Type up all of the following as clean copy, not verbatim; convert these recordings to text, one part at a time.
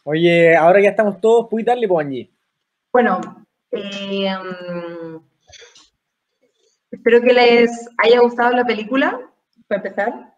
Oye, ahora ya estamos todos, ¿puedes darle, po, Angie? Bueno, espero que les haya gustado la película, para empezar.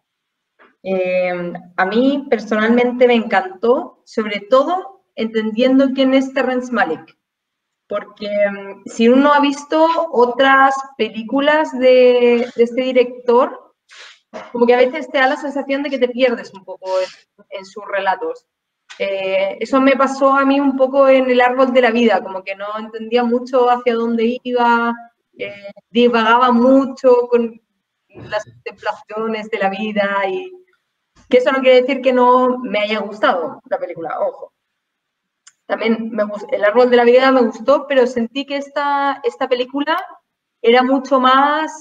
A mí personalmente me encantó, sobre todo entendiendo quién es Terrence Malick, porque si uno ha visto otras películas de este director, como que a veces te da la sensación de que te pierdes un poco en sus relatos. Eso me pasó a mí un poco en El árbol de la vida, como que no entendía mucho hacia dónde iba, divagaba mucho con las contemplaciones de la vida y que eso no quiere decir que no me haya gustado la película, ojo. También El árbol de la vida me gustó, pero sentí que esta película era mucho más,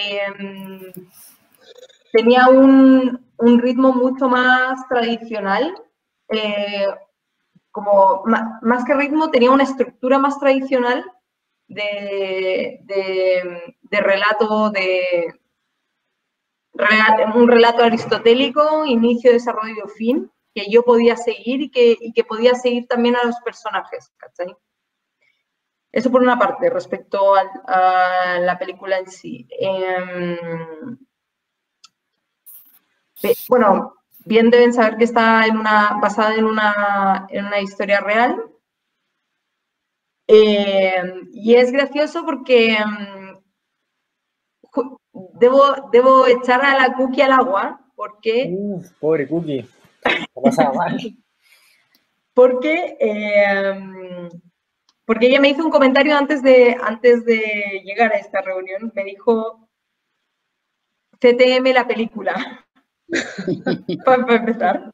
tenía un ritmo mucho más tradicional, como más que ritmo, tenía una estructura más tradicional de relato, un relato aristotélico, inicio, desarrollo, fin, que yo podía seguir y que podía seguir también a los personajes, ¿cachai? Eso por una parte, respecto a la película en sí. Bueno, bien deben saber que está basada en una historia real. Y es gracioso porque debo echar a la Cookie al agua porque, Pobre Cookie, la pasaba mal. porque, porque ella me hizo un comentario antes de llegar a esta reunión. Me dijo CTM la película, para empezar.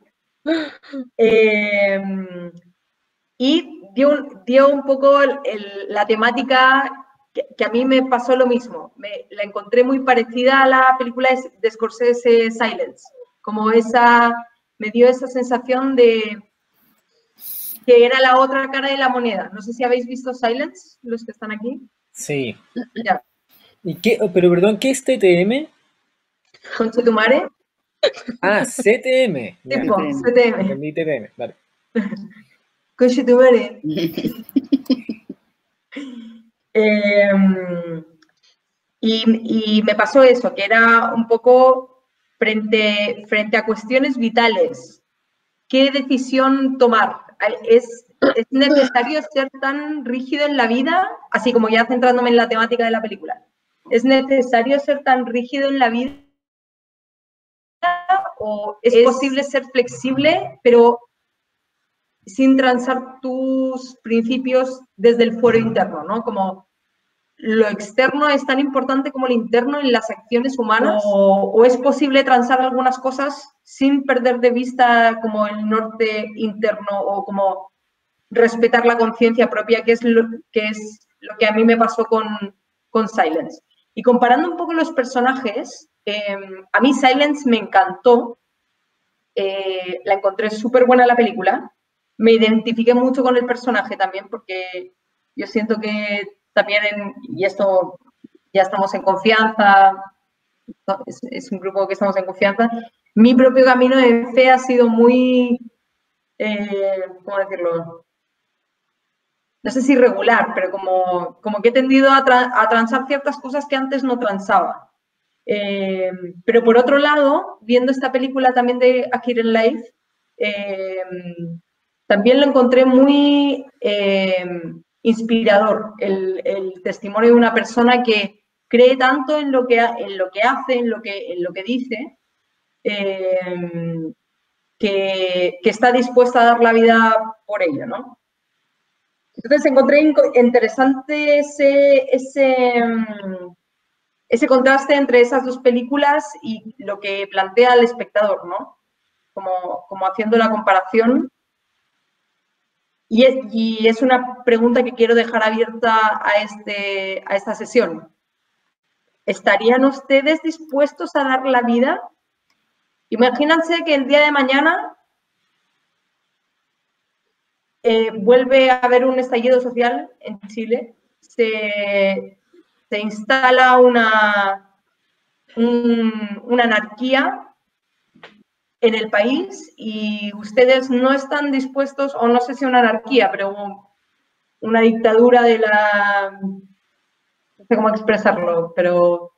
Y dio un poco la temática que a mí me pasó lo mismo. La encontré muy parecida a la película de Scorsese, Silence. Como me dio esa sensación de que era la otra cara de la moneda. No sé si habéis visto Silence, los que están aquí. Sí. Ya. ¿Y qué? Pero perdón, ¿qué es TTM? Conchetumare. Ah, CTM. Ya, Tipo, CTM. CTM. entendí TTM, vale. Conchetumare. Y me pasó eso, que era un poco frente a cuestiones vitales. ¿Qué decisión tomar? ¿Es necesario ser tan rígido en la vida? Así como ya centrándome en la temática de la película. ¿Es necesario ser tan rígido en la vida? ¿O es posible ser flexible, pero sin transar tus principios desde el fuero interno, ¿no? Como lo externo es tan importante como lo interno en las acciones humanas, o es posible transar algunas cosas sin perder de vista como el norte interno o como respetar la conciencia propia, que es lo que a mí me pasó con Silence. Y comparando un poco los personajes, a mí Silence me encantó, la encontré súper buena la película, me identifiqué mucho con el personaje también, porque yo siento que también, y esto ya estamos en confianza, es un grupo que estamos en confianza, mi propio camino de fe ha sido muy, ¿cómo decirlo? No sé si regular, pero como que he tendido a transar ciertas cosas que antes no transaba. Pero por otro lado, viendo esta película también de A Hidden Life, también lo encontré muy inspirador, el testimonio de una persona que cree tanto en lo que hace, en lo que dice, que está dispuesta a dar la vida por ello, ¿no? Entonces encontré interesante ese contraste entre esas dos películas y lo que plantea el espectador, ¿no? Como haciendo la comparación. Y es una pregunta que quiero dejar abierta a esta sesión. ¿Estarían ustedes dispuestos a dar la vida? Imagínense que el día de mañana vuelve a haber un estallido social en Chile, se instala una anarquía en el país y ustedes no están dispuestos, o no sé si una anarquía, pero una dictadura de la... No sé cómo expresarlo, pero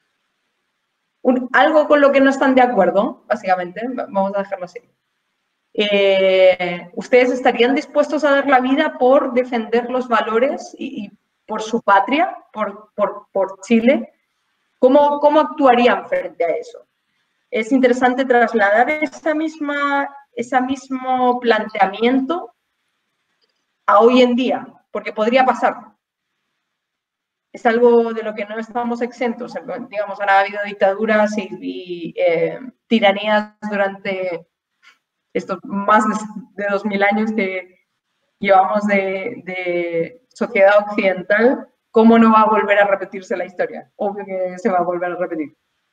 algo con lo que no están de acuerdo, básicamente, vamos a dejarlo así. ¿Ustedes estarían dispuestos a dar la vida por defender los valores y por su patria, por Chile? ¿Cómo actuarían frente a eso? Es interesante trasladar ese mismo planteamiento a hoy en día, porque podría pasar. Es algo de lo que no estamos exentos. Digamos, han habido dictaduras y tiranías durante estos más de 2000 años que llevamos de sociedad occidental. ¿Cómo no va a volver a repetirse la historia? Obvio que se va a volver a repetir.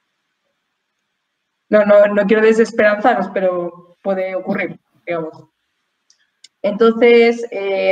No quiero desesperanzaros, pero puede ocurrir, digamos. Entonces,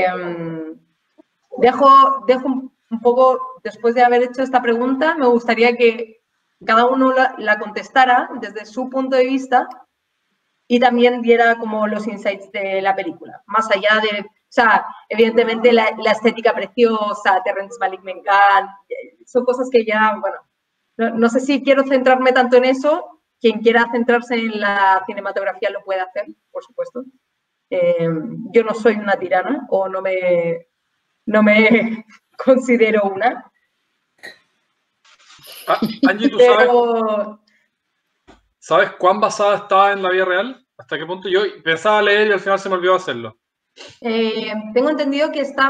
dejo un poco, después de haber hecho esta pregunta, me gustaría que cada uno la contestara desde su punto de vista y también diera como los insights de la película. Más allá de, o sea, evidentemente la estética preciosa, Terrence Malick me encanta, son cosas que ya, bueno, no sé si quiero centrarme tanto en eso. Quien quiera centrarse en la cinematografía lo puede hacer, por supuesto. Yo no soy una tirana o no me considero una. Angie, ¿tú sabes cuán basada está en la vida real? ¿Hasta qué punto? Yo pensaba leer y al final se me olvidó hacerlo. Tengo entendido que es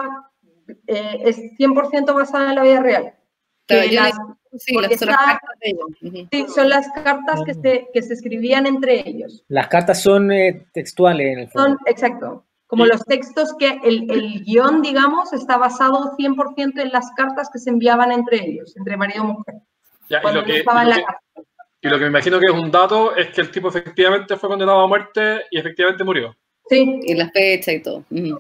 100% basada en la vida real. Sí, son las cartas de ellos. Sí, son las cartas que se escribían entre ellos. Las cartas son textuales en el fondo. Exacto. Como los textos que el guión, digamos, está basado 100% en las cartas que se enviaban entre ellos, entre marido y mujer. Ya, y lo que me imagino que es un dato es que el tipo efectivamente fue condenado a muerte y efectivamente murió. Sí. Y la fecha y todo. Sí.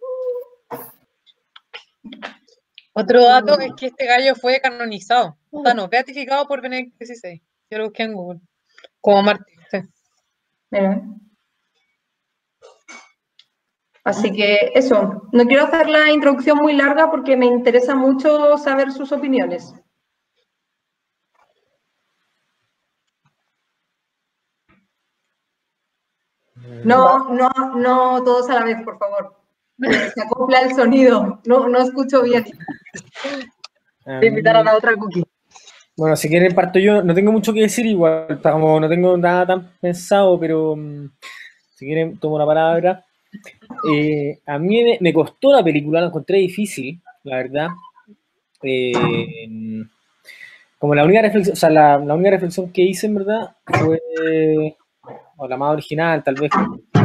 Otro dato es que este gallo fue canonizado, o sea, no, beatificado por Benedicto XVI. Yo lo busqué en Google, como mártir. Sí. Así que eso, no quiero hacer la introducción muy larga porque me interesa mucho saber sus opiniones. No todos a la vez, por favor. Se acopla el sonido, no escucho bien. Te invitaron a otra cookie. Bueno, si quieren parto yo, no tengo mucho que decir igual, como no tengo nada tan pensado, pero si quieren tomo la palabra. A mí me costó la película, la encontré difícil, la verdad. Como la única reflexión, o sea, la única reflexión que hice en verdad fue, o la más original tal vez,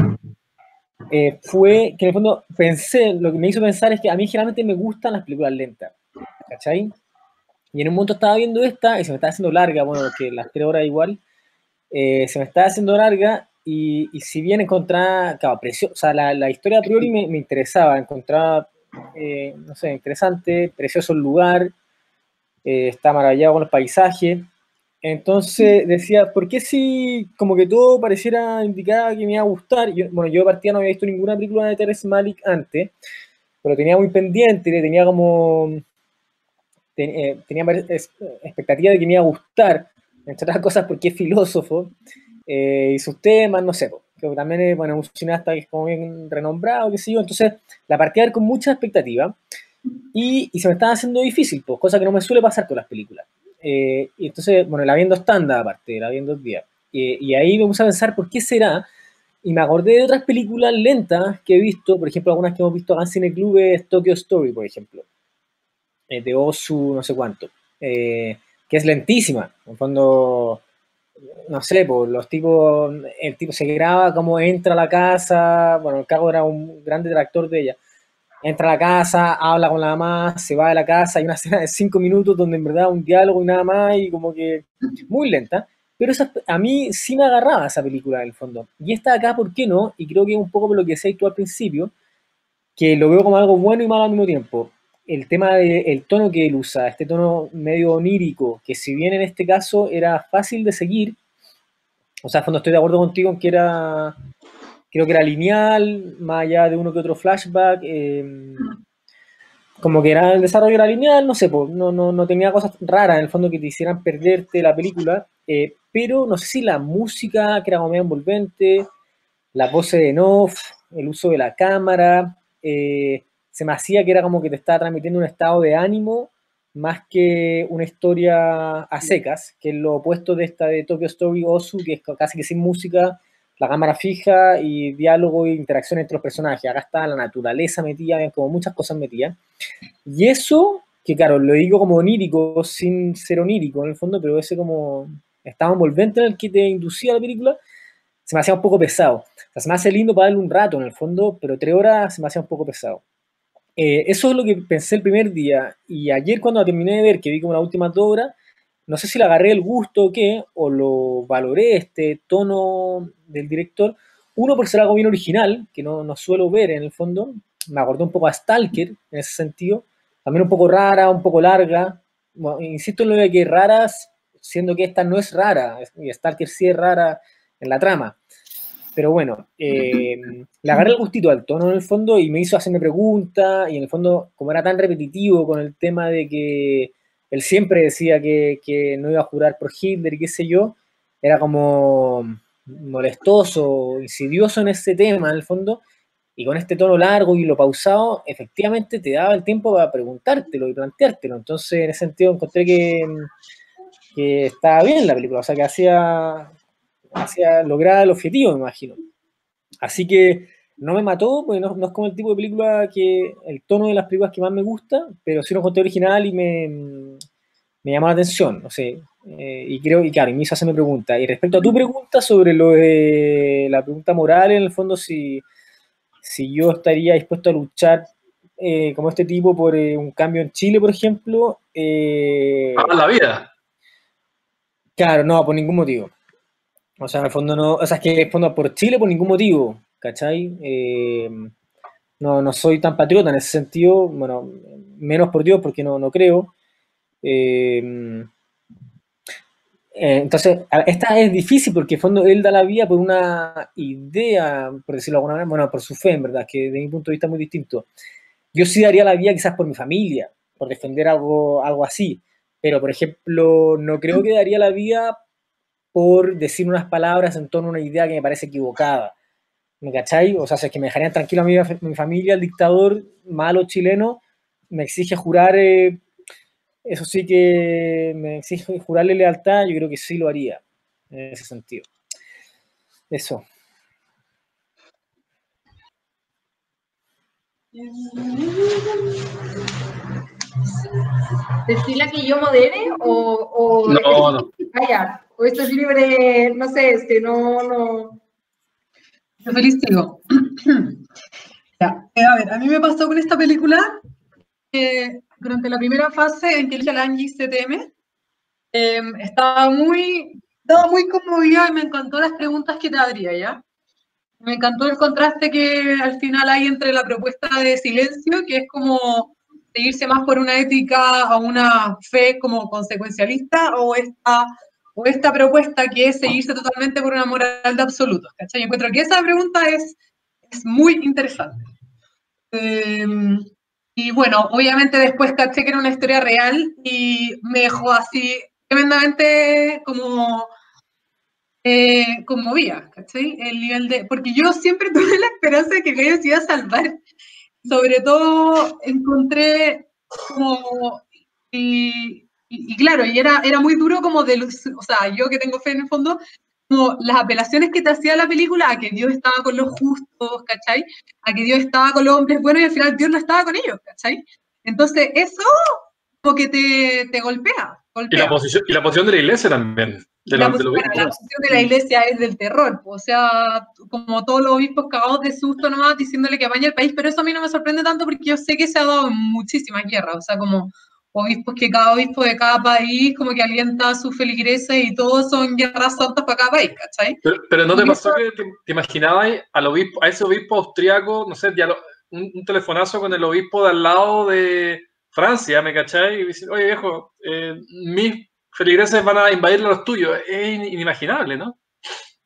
fue que en el fondo pensé, lo que me hizo pensar es que a mí generalmente me gustan las películas lentas, ¿cachai? Y en un momento estaba viendo esta y se me estaba haciendo larga, bueno, que las 3 horas igual, se me estaba haciendo larga y si bien encontraba, claro, preciosa, o sea, la historia a priori me interesaba, encontraba, no sé, interesante, precioso el lugar, está maravillado con los paisajes. Entonces decía, ¿por qué si como que todo pareciera indicar que me iba a gustar? Bueno, yo de partida no había visto ninguna película de Terrence Malick antes, pero tenía muy pendiente, tenía como... tenía expectativa de que me iba a gustar, entre otras cosas porque es filósofo, y sus temas, no sé, que también es bueno, un cineasta que es como bien renombrado, qué sé yo, entonces la partí a ver con mucha expectativa y se me estaba haciendo difícil, pues, cosa que no me suele pasar con las películas. Y entonces, bueno, la vi en 2 tandas aparte, la vi en 2 días. Y ahí me puse a pensar por qué será, y me acordé de otras películas lentas que he visto, por ejemplo, algunas que hemos visto acá en Cine Club es Tokyo Story, por ejemplo, de Osu, no sé cuánto, que es lentísima, en el fondo, no sé, pues los tipos, el tipo se graba como entra a la casa, bueno, el cago era un gran detractor de ella, entra a la casa, habla con la mamá, se va de la casa, hay una escena de 5 minutos donde en verdad un diálogo y nada más, y como que muy lenta, pero a mí sí me agarraba esa película en el fondo. Y esta de acá, ¿por qué no? Y creo que es un poco por lo que decías tú al principio, que lo veo como algo bueno y malo al mismo tiempo. El tema del tono que él usa, este tono medio onírico, que si bien en este caso era fácil de seguir, O sea, al fondo estoy de acuerdo contigo en que creo que era lineal, más allá de uno que otro flashback, como que el desarrollo era lineal, no sé, pues, no tenía cosas raras en el fondo que te hicieran perderte la película, pero no sé si la música, que era como medio envolvente, las voces en off, el uso de la cámara, se me hacía que era como que te estaba transmitiendo un estado de ánimo más que una historia a secas, que es lo opuesto de esta de Tokyo Story Ozu, que es casi que sin música, la cámara fija y diálogo e interacción entre los personajes. Acá está la naturaleza metida, como muchas cosas metidas. Y eso, que claro, lo digo como onírico, sin ser onírico en el fondo, pero ese como estado envolvente en el que te inducía la película, se me hacía un poco pesado. O sea, se me hace lindo para darle un rato en el fondo, pero 3 horas se me hacía un poco pesado. Eso es lo que pensé el primer día. Y ayer cuando la terminé de ver, que vi como las últimas 2 horas, no sé si le agarré el gusto o qué, o lo valoré, este tono del director. Uno, por ser algo bien original, que no suelo ver en el fondo. Me acordé un poco a Stalker, en ese sentido. También un poco rara, un poco larga. Bueno, insisto en lo de que raras, siendo que esta no es rara, y Stalker sí es rara en la trama. Pero bueno, le agarré el gustito al tono en el fondo y me hizo hacerme preguntas, y en el fondo, como era tan repetitivo con el tema de que él siempre decía que no iba a jurar por Hitler y qué sé yo, era como molestoso, insidioso en ese tema en el fondo, y con este tono largo y lo pausado, efectivamente te daba el tiempo para preguntártelo y planteártelo. Entonces, en ese sentido, encontré que estaba bien la película, o sea, que hacía lograr el objetivo, me imagino. Así que no me mató, porque no es como el tipo de película que el tono de las películas que más me gusta, pero sí lo encontré original y me llamó la atención, no sé. Y creo, y claro, y me hizo hacerme preguntas. Y respecto a tu pregunta sobre lo de la pregunta moral, en el fondo, si yo estaría dispuesto a luchar como este tipo por un cambio en Chile, por ejemplo. La vida. Claro, no, por ningún motivo. O sea, en el fondo no, o sea, es que en el fondo por Chile por ningún motivo, ¿cachai? No soy tan patriota en ese sentido, bueno, menos por Dios porque no creo. Entonces, esta es difícil porque en el fondo él da la vida por una idea, por decirlo de alguna manera, bueno, por su fe, en verdad, que de mi punto de vista es muy distinto. Yo sí daría la vida quizás por mi familia, por defender algo así, pero por ejemplo, no creo que daría la vida por decir unas palabras en torno a una idea que me parece equivocada. ¿Me cachai? O sea, si es que me dejarían tranquilo a mi familia, el dictador malo chileno me exige jurar, eso sí que me exige jurarle lealtad, yo creo que sí lo haría, en ese sentido. Eso. ¿Decirle que yo modere o no. Vaya, o esto es libre, no sé, no. Yo feliz digo. Ya, a ver, a mí me pasó con esta película que durante la primera fase en que elige a la Angie CTM, estaba muy conmovida y me encantó las preguntas que te abría, ¿ya? Me encantó el contraste que al final hay entre la propuesta de silencio, que es como seguirse más por una ética o una fe como consecuencialista, o esta propuesta que es seguirse totalmente por una moral de absolutos, ¿cachai? Yo encuentro que esa pregunta es muy interesante. Y bueno, obviamente después caché que era una historia real y me dejó así tremendamente como conmovía, ¿cachai? El nivel de... Porque yo siempre tuve la esperanza de que Gallo se iba a salvar. Sobre todo encontré como... Y claro, y era muy duro como de... O sea, yo que tengo fe en el fondo, como las apelaciones que te hacía la película a que Dios estaba con los justos, ¿cachai? A que Dios estaba con los hombres buenos y al final Dios no estaba con ellos, ¿cachai? Entonces eso como que te golpea. Y la posición de la iglesia también. La posición de la iglesia es del terror, o sea, como todos los obispos cagados de susto nomás diciéndole que apañe el país, pero eso a mí no me sorprende tanto porque yo sé que se ha dado en muchísimas guerras, o sea, como obispos que cada obispo de cada país como que alienta a sus feligreses y todos son guerras santas para cada país, ¿cachai? Pero ¿no te pasó que te imaginabas a ese obispo austriaco, no sé, un telefonazo con el obispo de al lado de Francia, ¿me cachai? Y dicen, oye viejo, mis feligreses van a invadir los tuyos? Es inimaginable, ¿no?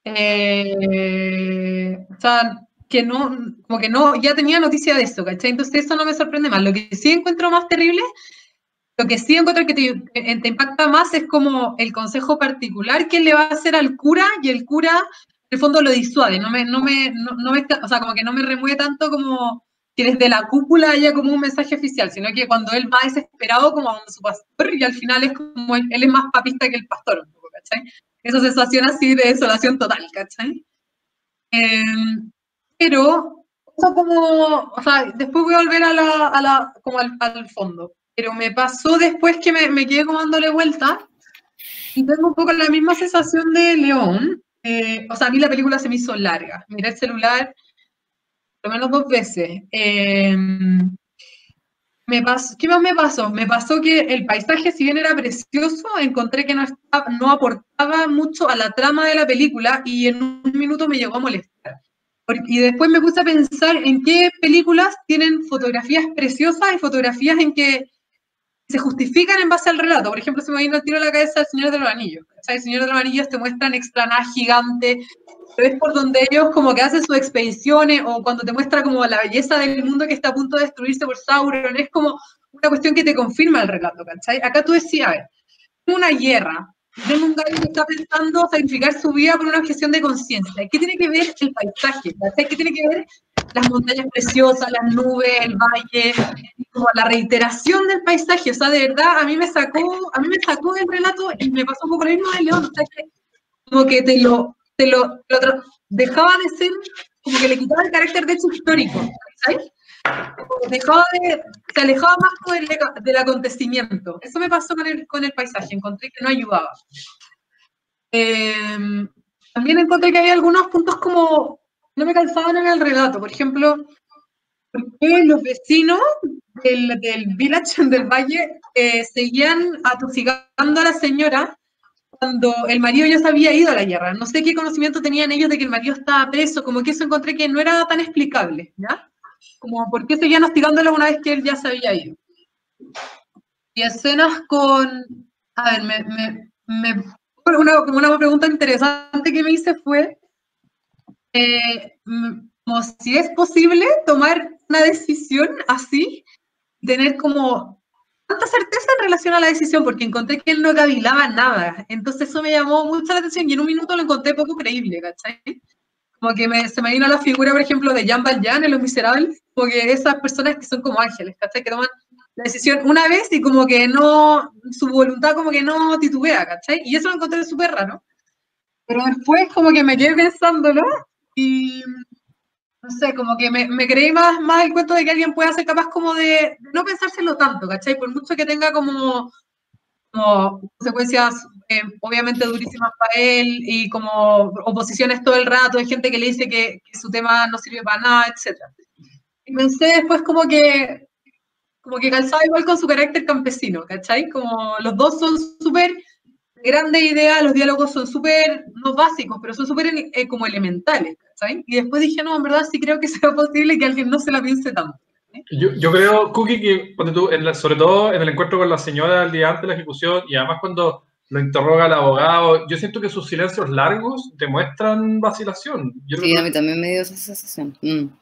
O sea, que no, como que no, ya tenía noticia de eso, ¿cachai? Entonces eso no me sorprende más. Lo que sí encuentro más terrible, lo que sí encuentro que te impacta más es como el consejo particular que le va a hacer al cura, y el cura, en el fondo, lo disuade. O sea, como que no me remueve tanto como que desde la cúpula haya como un mensaje oficial, sino que cuando él va desesperado como a su pastor, y al final es como él es más papista que el pastor, un poco, ¿cachai? Esa sensación así de desolación total, ¿cachai? Pero, eso como, o sea, después voy a volver como al fondo. Pero me pasó después que me quedé como dándole vuelta, y tengo un poco la misma sensación de León. O sea, a mí la película se me hizo larga. Miré el celular por lo menos 2 veces. ¿Qué más me pasó? Me pasó que el paisaje, si bien era precioso, encontré que no aportaba mucho a la trama de la película, y en un minuto me llegó a molestar. Y después me puse a pensar en qué películas tienen fotografías preciosas y fotografías en que se justifican en base al relato. Por ejemplo, se me vino el tiro a la cabeza El Señor de los Anillos. ¿Sabes? El Señor de los Anillos te muestran explanadas gigantes, pero es por donde ellos como que hacen sus expediciones, o cuando te muestra como la belleza del mundo que está a punto de destruirse por Sauron. Es como una cuestión que te confirma el relato, ¿cachai? Acá tú decías, a ver, una guerra, tengo un gallo que está pensando sacrificar su vida por una objeción de conciencia. ¿Qué tiene que ver el paisaje? ¿Cachai? ¿Qué tiene que ver las montañas preciosas, las nubes, el valle, como la reiteración del paisaje? O sea, de verdad, a mí me sacó del relato, y me pasó un poco lo mismo de León. O sea, que como que dejaba de ser, como que le quitaba el carácter de hecho histórico, ¿sabes? Se alejaba más del acontecimiento. Eso me pasó con el paisaje, encontré que no ayudaba. También encontré que había algunos puntos como no me calzaban en el relato. Por ejemplo, ¿por qué los vecinos del village del valle seguían atosigando a la señora cuando el marido ya se había ido a la guerra? No sé qué conocimiento tenían ellos de que el marido estaba preso, como que eso encontré que no era tan explicable, ¿ya? Como por qué seguían hostigándolo una vez que él ya se había ido. Y escenas con... A ver, una pregunta interesante que me hice fue como si es posible tomar una decisión así, tener como tanta certeza en relación a la decisión, porque encontré que él no cavilaba nada. Entonces eso me llamó mucho la atención, y en un minuto lo encontré poco creíble, ¿cachai? Como que se me vino la figura, por ejemplo, de Jean Valjean en Los Miserables, porque esas personas que son como ángeles, ¿cachai? Que toman la decisión una vez y como que no, su voluntad como que no titubea, ¿cachai? Y eso lo encontré súper raro. Pero después como que me quedé pensándolo, y no sé, como que me creí más el cuento de que alguien pueda ser capaz como de no pensárselo tanto, ¿cachai? Por mucho que tenga como consecuencias obviamente durísimas para él, y como oposiciones todo el rato, hay gente que le dice que su tema no sirve para nada, etc. Y pensé después como que calzaba igual con su carácter campesino, ¿cachai? Como los dos son súper grandes ideas, los diálogos son súper, no básicos, pero son súper como elementales, ¿cachai? Y después dije, no, en verdad sí creo que sea posible que alguien no se la piense tanto. Yo creo, Cookie, que cuando tú, sobre todo en el encuentro con la señora el día antes de la ejecución, y además cuando lo interroga el abogado, yo siento que sus silencios largos demuestran vacilación. Sí, a mí también me dio esa sensación.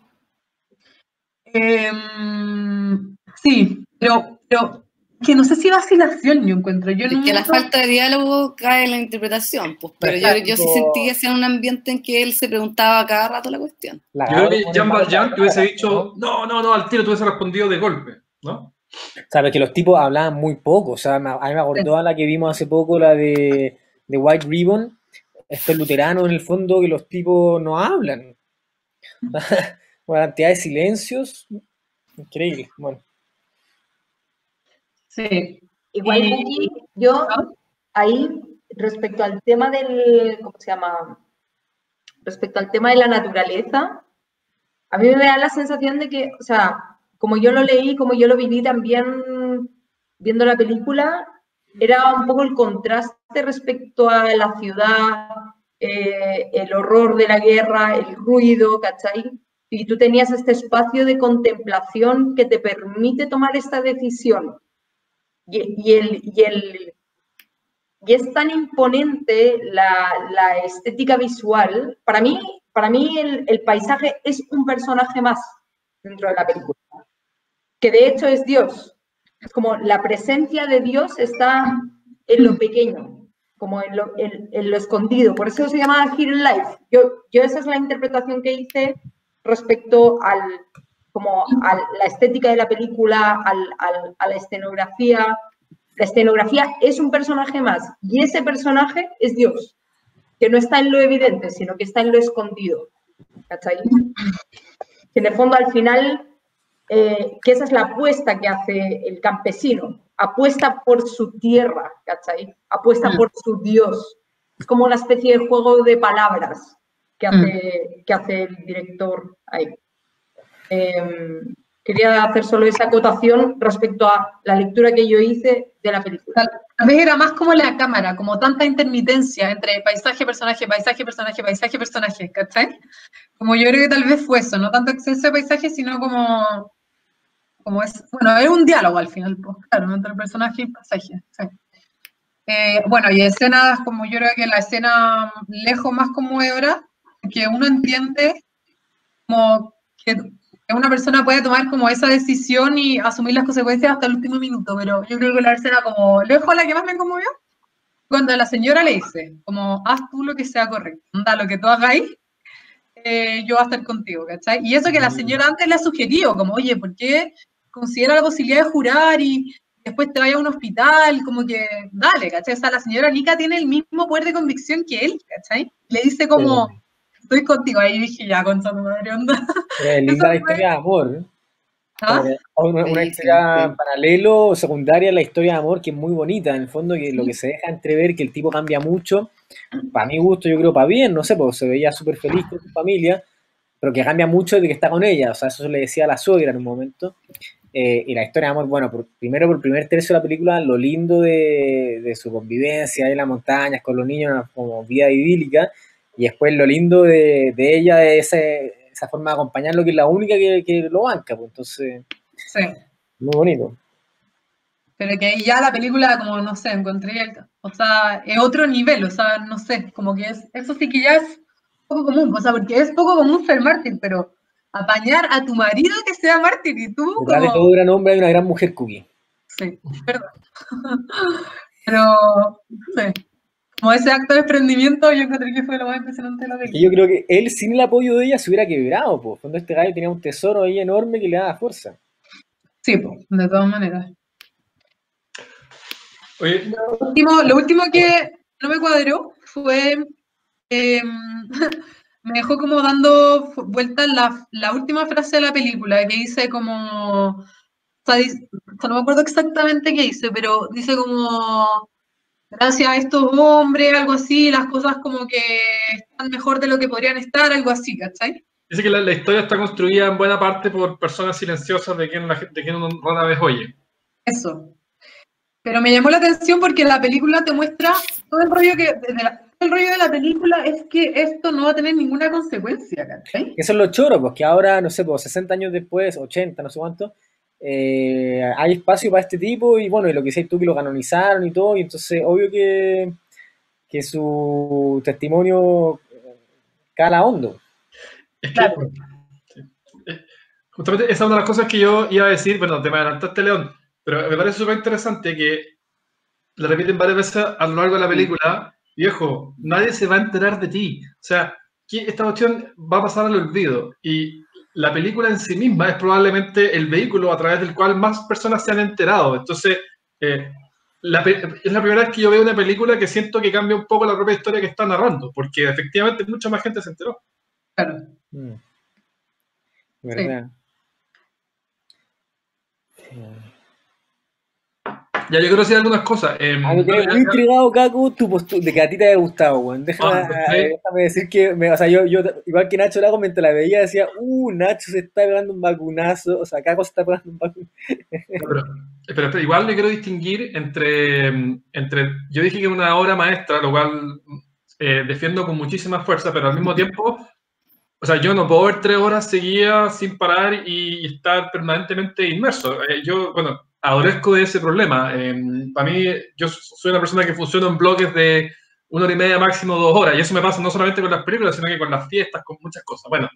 Sí, pero que no sé si vacilación yo encuentro. Que la falta de diálogo cae en la interpretación, pues, pero yo sí sentí que sea un ambiente en que él se preguntaba cada rato la cuestión. Yo creo que Jean Valjean te hubiese dicho, no, al tiro te hubiese respondido de golpe, ¿no? Sabes que los tipos hablaban muy poco, o sea, a mí me acordó a la que vimos hace poco, la de White Ribbon, estos luteranos en el fondo, que los tipos no hablan. Una cantidad de silencios, increíble, bueno. Sí. Igual, yo ahí, respecto al tema del, ¿cómo se llama? Respecto al tema de la naturaleza, a mí me da la sensación de que, o sea, como yo lo leí, como yo lo viví también viendo la película, era un poco el contraste respecto a la ciudad, el horror de la guerra, el ruido, ¿cachai? Y tú tenías este espacio de contemplación que te permite tomar esta decisión. Y y es tan imponente la estética visual. Para mí el paisaje es un personaje más dentro de la película, que de hecho es Dios. Es como la presencia de Dios está en lo pequeño, como en lo escondido. Por eso se llama Hidden Life. Yo esa es la interpretación que hice respecto a la estética de la película, a la escenografía. La escenografía es un personaje más, y ese personaje es Dios, que no está en lo evidente, sino que está en lo escondido. ¿Cachai? Que en el fondo, al final, que esa es la apuesta que hace el campesino. Apuesta por su tierra, ¿cachai? Apuesta por su Dios. Es como una especie de juego de palabras que hace el director ahí. Quería hacer solo esa acotación respecto a la lectura que yo hice de la película. Tal vez era más como la cámara, como tanta intermitencia entre paisaje, personaje, paisaje, personaje, paisaje, personaje, ¿cachai? Como yo creo que tal vez fue eso, no tanto exceso de paisaje, sino como es, bueno, es un diálogo al final, pues, claro, entre el personaje y el paisaje. Sí. Bueno, y escenas, como yo creo que la escena lejos más conmovedora, que uno entiende como que una persona puede tomar como esa decisión y asumir las consecuencias hasta el último minuto, pero yo creo que la escena como lejos la que más me conmovió, cuando la señora le dice, como, haz tú lo que sea correcto, anda, lo que tú hagáis, yo voy a estar contigo, ¿cachai? Y eso que la señora antes le ha sugerido, como, oye, ¿por qué considera la posibilidad de jurar y después te vaya a un hospital? Como que, dale, ¿cachai? O sea, la señora Nika tiene el mismo poder de convicción que él, ¿cachai? Le dice como, estoy contigo, ahí dije, ya, con tu madre, onda. Linda la historia de amor, ¿eh? ¿Ah? Una historia paralelo, secundaria, la historia de amor, que es muy bonita, en el fondo, que lo que se deja entrever, que el tipo cambia mucho, para mi gusto, yo creo, para bien, no sé, porque se veía súper feliz con su familia, pero que cambia mucho de que está con ella, o sea, eso se le decía a la suegra en un momento, y la historia de amor, bueno, primero por el primer tercio de la película, lo lindo de su convivencia en las montañas, con los niños, como vida idílica, y después lo lindo de ella, de esa forma de acompañarlo, que es la única que lo banca, pues entonces, sí, muy bonito. Pero que ya la película, como, no sé, encontré, o sea, es otro nivel, o sea, no sé, como que eso sí que ya es poco común, o sea, porque es poco común ser mártir, pero apañar a tu marido que sea mártir y tú detrás de todo gran hombre hay una gran mujer, Cookie. Sí, perdón. Pero, sí. Como ese acto de desprendimiento, yo encontré que fue lo más impresionante de la película. Yo creo que él, sin el apoyo de ella, se hubiera quebrado, pues. Cuando este gallo tenía un tesoro ahí enorme que le daba fuerza. Sí, pues, de todas maneras. Oye. Lo último que no me cuadró fue, me dejó como dando vueltas la última frase de la película, que dice como, o sea, no me acuerdo exactamente qué dice, pero dice como, gracias a estos hombres, algo así, las cosas como que están mejor de lo que podrían estar, algo así, ¿cachai? Dice que la historia está construida en buena parte por personas silenciosas de quien uno rara vez oye. Eso. Pero me llamó la atención porque la película te muestra todo el rollo de la película es que esto no va a tener ninguna consecuencia, ¿cachai? Eso es lo choro, pues que ahora, no sé, pues 60 años después, 80, no sé cuánto, hay espacio para este tipo y bueno, y lo que dices tú que lo canonizaron y todo, y entonces obvio que su testimonio cala hondo. Es que, claro. Justamente esa es una de las cosas que yo iba a decir, bueno, te me adelantaste, León, pero me parece súper interesante que le repiten varias veces a lo largo de la película, viejo, nadie se va a enterar de ti, o sea, que esta cuestión va a pasar al olvido, y la película en sí misma es probablemente el vehículo a través del cual más personas se han enterado, entonces es la primera vez que yo veo una película que siento que cambia un poco la propia historia que está narrando, porque efectivamente mucha más gente se enteró. Claro. ¿Verdad? Sí. Ya, yo quiero decir algunas cosas. Me quedé muy intrigado, Caco, tu postura, de que a ti te haya gustado, weón. Déjame decir que, o sea, yo igual que Nacho Lago, mientras la veía, decía, Nacho se está pegando un vacunazo, o sea, Caco se está pegando un vacunazo. Pero igual me quiero distinguir entre, yo dije que es una obra maestra, lo cual defiendo con muchísima fuerza, pero al mismo tiempo, o sea, yo no puedo ver 3 horas seguidas sin parar y estar permanentemente inmerso. Bueno, adolezco de ese problema. Para mí, yo soy una persona que funciona en bloques de 1 hora y media, máximo 2 horas, y eso me pasa no solamente con las películas, sino que con las fiestas, con muchas cosas. Bueno,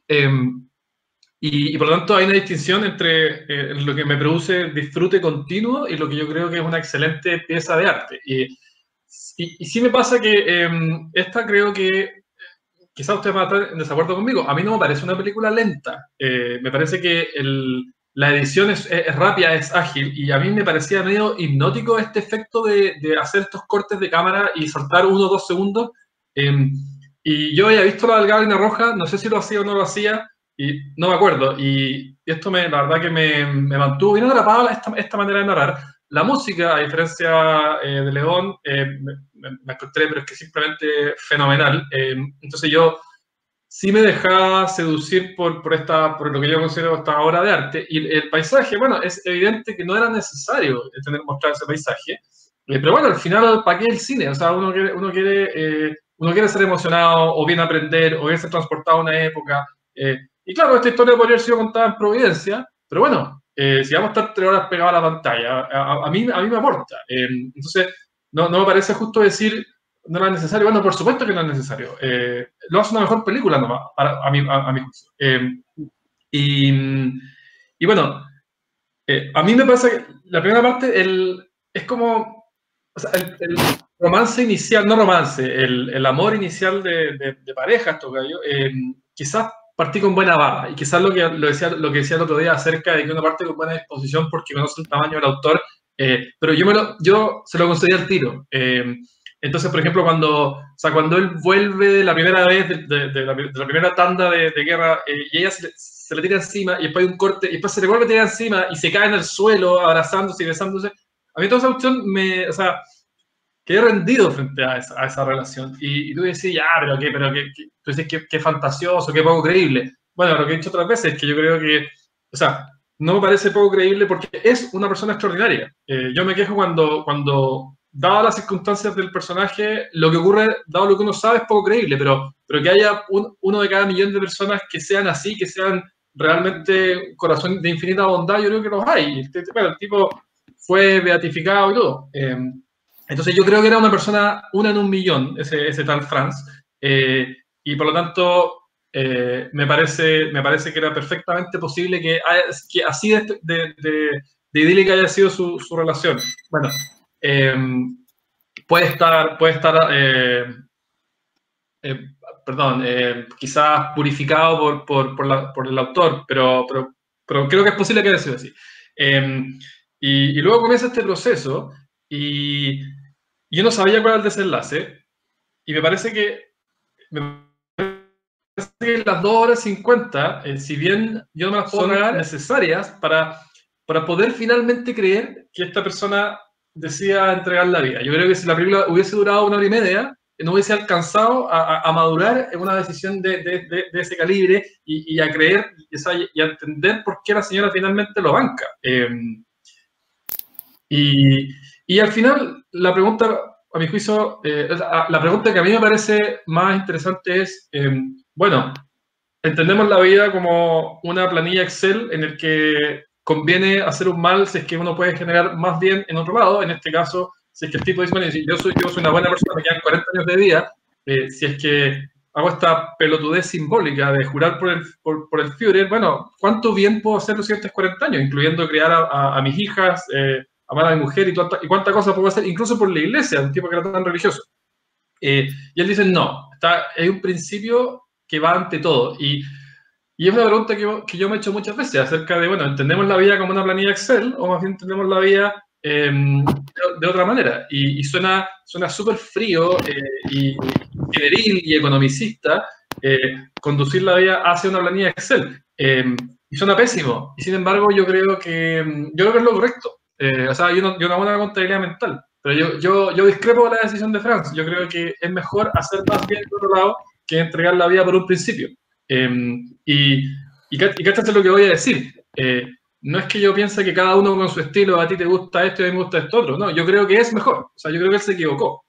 y por lo tanto hay una distinción entre lo que me produce disfrute continuo y lo que yo creo que es una excelente pieza de arte. Y sí me pasa que esta creo que quizás usted va a estar en desacuerdo conmigo. A mí no me parece una película lenta. Me parece que la edición es rápida, es ágil, y a mí me parecía medio hipnótico este efecto de hacer estos cortes de cámara y saltar 1 o 2 segundos. Y yo había visto la delgada línea roja, no sé si lo hacía o no lo hacía, y no me acuerdo. Y esto la verdad que me mantuvo bien atrapado esta manera de narrar. La música, a diferencia de León, me encontré, pero es que simplemente fenomenal. Entonces yo sí me dejaba seducir por lo que yo considero esta obra de arte. Y el paisaje, bueno, es evidente que no era necesario mostrar ese paisaje. Pero bueno, al final, ¿para qué el cine? O sea, uno quiere ser emocionado, o bien aprender, o bien ser transportado a una época. Y claro, esta historia podría haber sido contada en Providencia, pero bueno, si vamos a estar 3 horas pegados a la pantalla, a mí me aporta. Entonces, no me parece justo decir no era necesario. Bueno, por supuesto que no es necesario. Lo hace una mejor película nomás, a mi juicio. Y bueno, a mí me pasa que la primera parte es como, o sea, el romance inicial, no romance, el amor inicial de parejas, tocayo, quizás partí con buena baba, y quizás lo que decía el otro día acerca de que uno parte con buena disposición porque conoce el tamaño del autor, pero yo se lo concedí al tiro. Entonces, por ejemplo, cuando él vuelve de la primera vez, de la primera tanda de guerra, y ella se le tira encima, y después hay un corte, y después se le vuelve a tirar encima, y se cae en el suelo, abrazándose y besándose, a mí toda esa cuestión o sea, quedé rendido frente a esa relación. Y tú decís, ya, pero tú dices qué fantasioso, qué poco creíble. Bueno, lo que he dicho otras veces es que yo creo que, o sea, no me parece poco creíble porque es una persona extraordinaria. Yo me quejo cuando dadas las circunstancias del personaje, lo que ocurre, dado lo que uno sabe, es poco creíble, pero que haya uno de cada millón de personas que sean así, que sean realmente corazón de infinita bondad, yo creo que los hay. Bueno, el tipo fue beatificado y todo. Entonces yo creo que era una persona, una en un millón, ese tal Franz, y por lo tanto me parece que era perfectamente posible que así de idílica haya sido su relación. Bueno, puede estar quizás purificado por el autor, pero creo que es posible que haya sido así. Y luego comienza este proceso, y yo no sabía cuál era el desenlace, y me parece que las 2 horas 50, si bien yo no me las puedo negar, necesarias para poder finalmente creer que esta persona decía entregar la vida. Yo creo que si la película hubiese durado 1 hora y media, no hubiese alcanzado a madurar en una decisión de ese calibre y a creer y a entender por qué la señora finalmente lo banca. Y al final, la pregunta, a mi juicio, la pregunta que a mí me parece más interesante es, bueno, entendemos la vida como una planilla Excel en el que conviene hacer un mal si es que uno puede generar más bien en otro lado. En este caso, si es que el tipo dice, bueno, si yo soy una buena persona, me quedan 40 años de vida, si es que hago esta pelotudez simbólica de jurar por el Führer, bueno, ¿cuánto bien puedo hacer los siguientes 40 años? Incluyendo criar a mis hijas, amar a mi mujer y cuánta cosa puedo hacer, incluso por la iglesia, un tipo que era tan religioso. Y él dice, no, hay un principio que va ante todo. Y es una pregunta que yo me he hecho muchas veces acerca de, bueno, ¿entendemos la vida como una planilla Excel o más bien entendemos la vida de otra manera? Y suena súper frío y generil y economicista conducir la vida hacia una planilla Excel. Y suena pésimo. Y sin embargo, yo creo que es lo correcto. O sea, yo no hago una contabilidad mental. Pero yo discrepo de la decisión de Franz. Yo creo que es mejor hacer más bien por otro lado que entregar la vida por un principio. Y cáchate lo que voy a decir. No es que yo piense que cada uno con su estilo, a ti te gusta esto y a mí me gusta esto otro. No, yo creo que es mejor. O sea, yo creo que él se equivocó.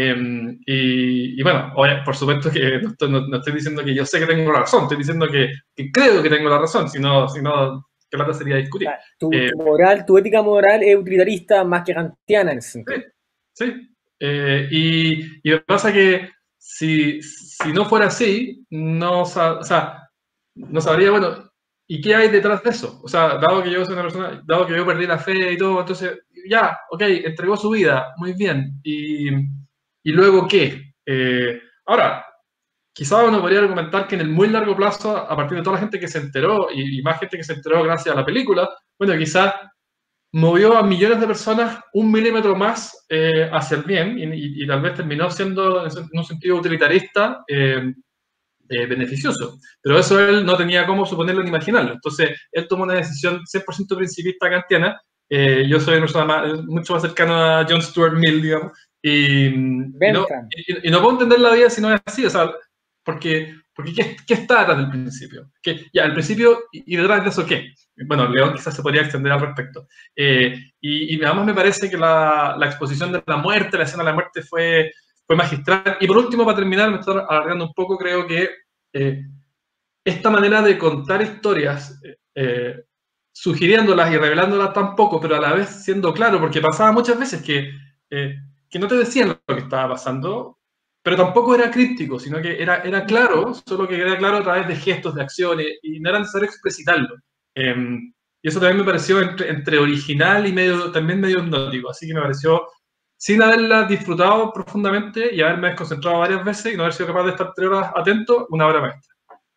Y bueno, por supuesto que no estoy diciendo que yo sé que tengo la razón. Estoy diciendo que creo que tengo la razón. Si no qué lata sería discutir. Tu moral, tu ética moral es utilitarista más que kantiana en ese sentido. Sí. Y me pasa que si no fuera así, no sabría, bueno, ¿y qué hay detrás de eso? O sea, dado que yo soy una persona, dado que yo perdí la fe y todo, entonces, ya, ok, entregó su vida, muy bien. ¿Y luego qué? Ahora, quizá uno podría argumentar que en el muy largo plazo, a partir de toda la gente que se enteró, y más gente que se enteró gracias a la película, bueno, quizás movió a millones de personas 1 milímetro más hacia el bien y tal vez terminó siendo, en un sentido utilitarista, beneficioso. Pero eso él no tenía cómo suponerlo ni imaginarlo. Entonces, él tomó una decisión 100% principista kantiana. Yo soy una persona mucho más cercana a John Stuart Mill, digamos, y no puedo entender la vida si no es así, o sea, porque ¿qué está detrás del principio? Ya, el principio y detrás de eso, ¿qué? Bueno, León quizás se podría extender al respecto. Y además me parece que la exposición de la muerte, la escena de la muerte fue magistral. Y por último, para terminar, me estoy alargando un poco, creo que esta manera de contar historias, sugiriéndolas y revelándolas tan poco, pero a la vez siendo claro, porque pasaba muchas veces que no te decían lo que estaba pasando, pero tampoco era críptico, sino que era claro, solo que era claro a través de gestos, de acciones, y no era necesario explicitarlo. Y eso también me pareció entre original y también medio hipnótico, así que me pareció, sin haberla disfrutado profundamente y haberme desconcentrado varias veces y no haber sido capaz de estar 3 horas atento, una obra maestra.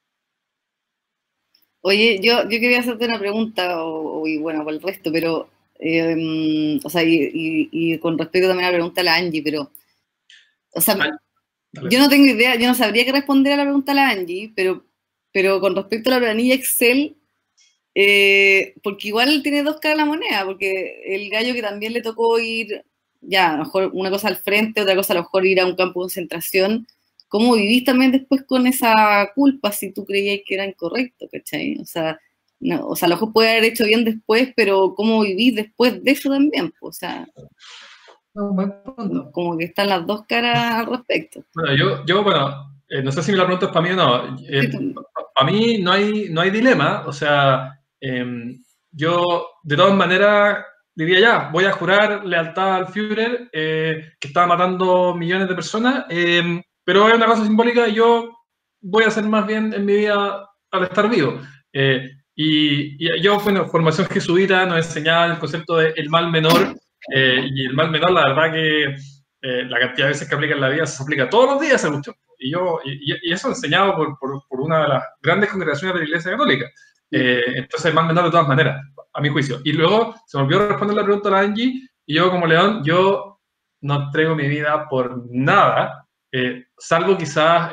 Oye, yo quería hacerte una pregunta, y bueno, por el resto, pero, o sea, y con respecto también a la pregunta de la Angie, pero, o sea, yo no tengo idea, yo no sabría qué responder a la pregunta de la Angie, pero con respecto a la planilla Excel, porque igual tiene dos caras la moneda, porque el gallo que también le tocó ir, ya, a lo mejor una cosa al frente, otra cosa a lo mejor ir a un campo de concentración, ¿cómo vivís también después con esa culpa si tú creías que era incorrecto, ¿cachai? O sea, no, o sea, a lo mejor puede haber hecho bien después, pero ¿cómo vivís después de eso también? O sea, como que están las dos caras al respecto. Bueno, no sé si me la pregunta es para mí o no. Para mí no hay dilema, o sea, yo de todas maneras diría ya, voy a jurar lealtad al Führer, que estaba matando millones de personas, pero es una cosa simbólica y yo voy a hacer más bien en mi vida al estar vivo. Y yo, bueno, formación jesuita nos enseñaba el concepto de el mal menor, y el mal menor, la verdad que la cantidad de veces que aplica en la vida se aplica todos los días a mucho. Y eso enseñado por una de las grandes congregaciones de la Iglesia Católica. Entonces, el mal menor de todas maneras, a mi juicio. Y luego se me olvidó responder la pregunta a la Angie, y yo como León, yo no entrego mi vida por nada, salvo quizás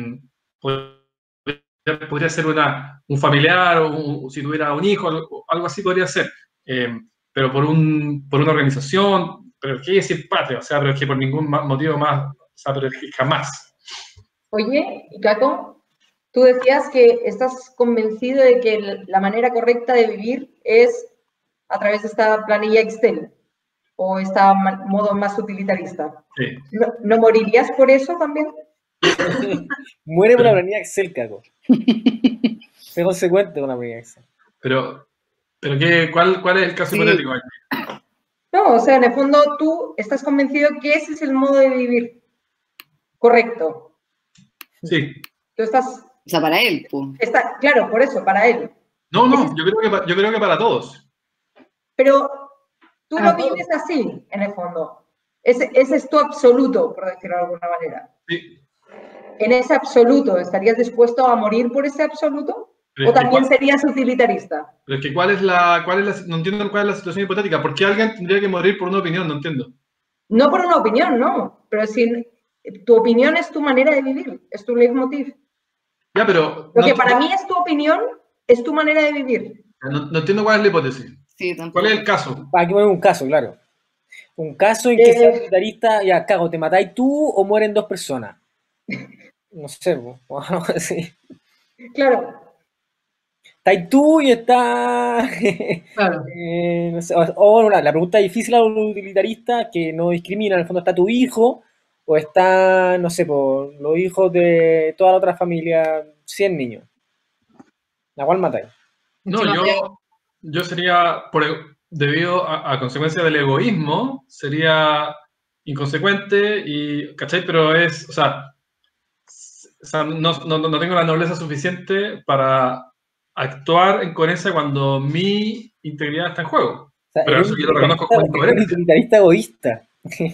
podría ser un familiar, o si tuviera un hijo, algo así podría ser. Pero por una organización, pero ¿qué decir patria? O sea, pero es que por ningún motivo más, o sea, pero es que jamás. Oye, y Caco, tú decías que estás convencido de que la manera correcta de vivir es a través de esta planilla Excel, o este modo más utilitarista. Sí. ¿No morirías por eso también? Muere por la planilla Excel, Caco. Sé consecuente con la planilla Excel. Pero ¿cuál es el caso hipotético? No, o sea, en el fondo tú estás convencido que ese es el modo de vivir correcto. Sí. Tú estás... O sea, para él, pues. Claro, por eso, para él. No, yo creo que para todos. Pero tú lo vives así, en el fondo. Ese es tu absoluto, por decirlo de alguna manera. Sí. ¿En ese absoluto estarías dispuesto a morir por ese absoluto? ¿O también serías utilitarista? Pero es que no entiendo cuál es la situación hipotética. ¿Por qué alguien tendría que morir por una opinión? No entiendo. No por una opinión, no. Pero si tu opinión es tu manera de vivir, es tu leitmotiv. Ya, pero... Lo que para mí es tu opinión, es tu manera de vivir. No entiendo cuál es la hipótesis. Sí, ¿Cuál es el caso? Aquí poner un caso, claro. Un caso en que sea utilitarista, ya, cago, ¿te matáis tú o mueren 2 personas? No sé, sí. Claro. Estáis tú y está... Claro. No sé, o bueno, la pregunta difícil a los utilitaristas, que no discrimina, en el fondo está tu hijo, o está, no sé, por los hijos de toda la otra familia, 100 niños. ¿La cual matáis? No, Yo sería, debido a consecuencia del egoísmo, sería inconsecuente y, ¿cachai? Pero es, o sea, no tengo la nobleza suficiente para actuar en coherencia cuando mi integridad está en juego. O sea, Pero eso yo lo reconozco como eres un incoherencia. utilitarista egoísta.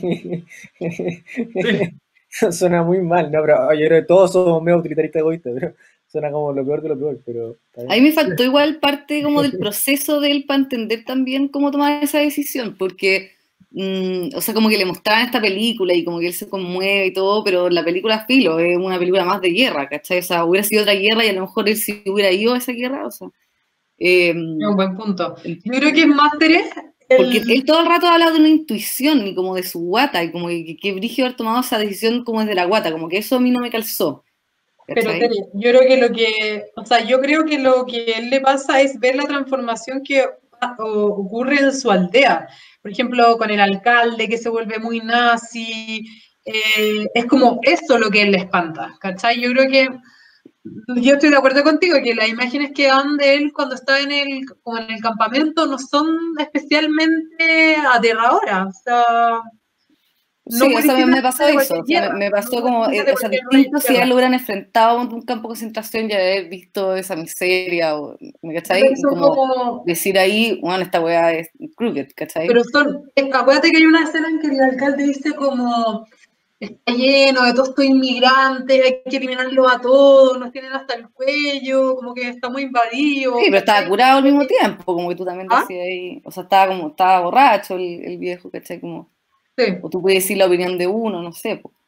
Sí. Suena muy mal, no, pero yo creo que todos somos medio utilitaristas egoístas, pero suena como lo peor de lo peor, pero está bien. A mí me faltó igual parte como del proceso de él para entender también cómo tomar esa decisión, porque, o sea, como que le mostraban esta película y como que él se conmueve y todo, pero la película filo es una película más de guerra, ¿cachai? O sea, hubiera sido otra guerra y a lo mejor él sí hubiera ido a esa guerra, o sea. Es un buen punto. Yo creo que es más porque él todo el rato habla de una intuición y como de su guata y como que brígido haber tomado esa decisión como desde la guata, como que eso a mí no me calzó. Pero Tere, yo creo yo creo que lo que a él le pasa es ver la transformación que ocurre en su aldea. Por ejemplo, con el alcalde que se vuelve muy nazi, es como eso lo que él le espanta, ¿cachai? Yo creo que yo estoy de acuerdo contigo que las imágenes que dan de él cuando está como en el campamento no son especialmente aterradoras. O sea, sí, o sea, me pasó eso, o sea, me pasó como, o sea, distinto si él lo hubieran enfrentado a un campo de concentración y haber visto esa miseria, o, ¿cachai? Como decir ahí, bueno, esta weá es crooked, ¿cachai? Pero acuérdate que hay una escena en que el alcalde dice como, está lleno de todos estos inmigrantes, hay que eliminarlos a todos, nos tienen hasta el cuello, como que está muy invadido. Sí, pero estaba curado al mismo tiempo, como que tú también decías ahí, o sea, estaba borracho el viejo, ¿cachai? Como... Sí. O tú puedes decir la opinión de uno, no sé. Po.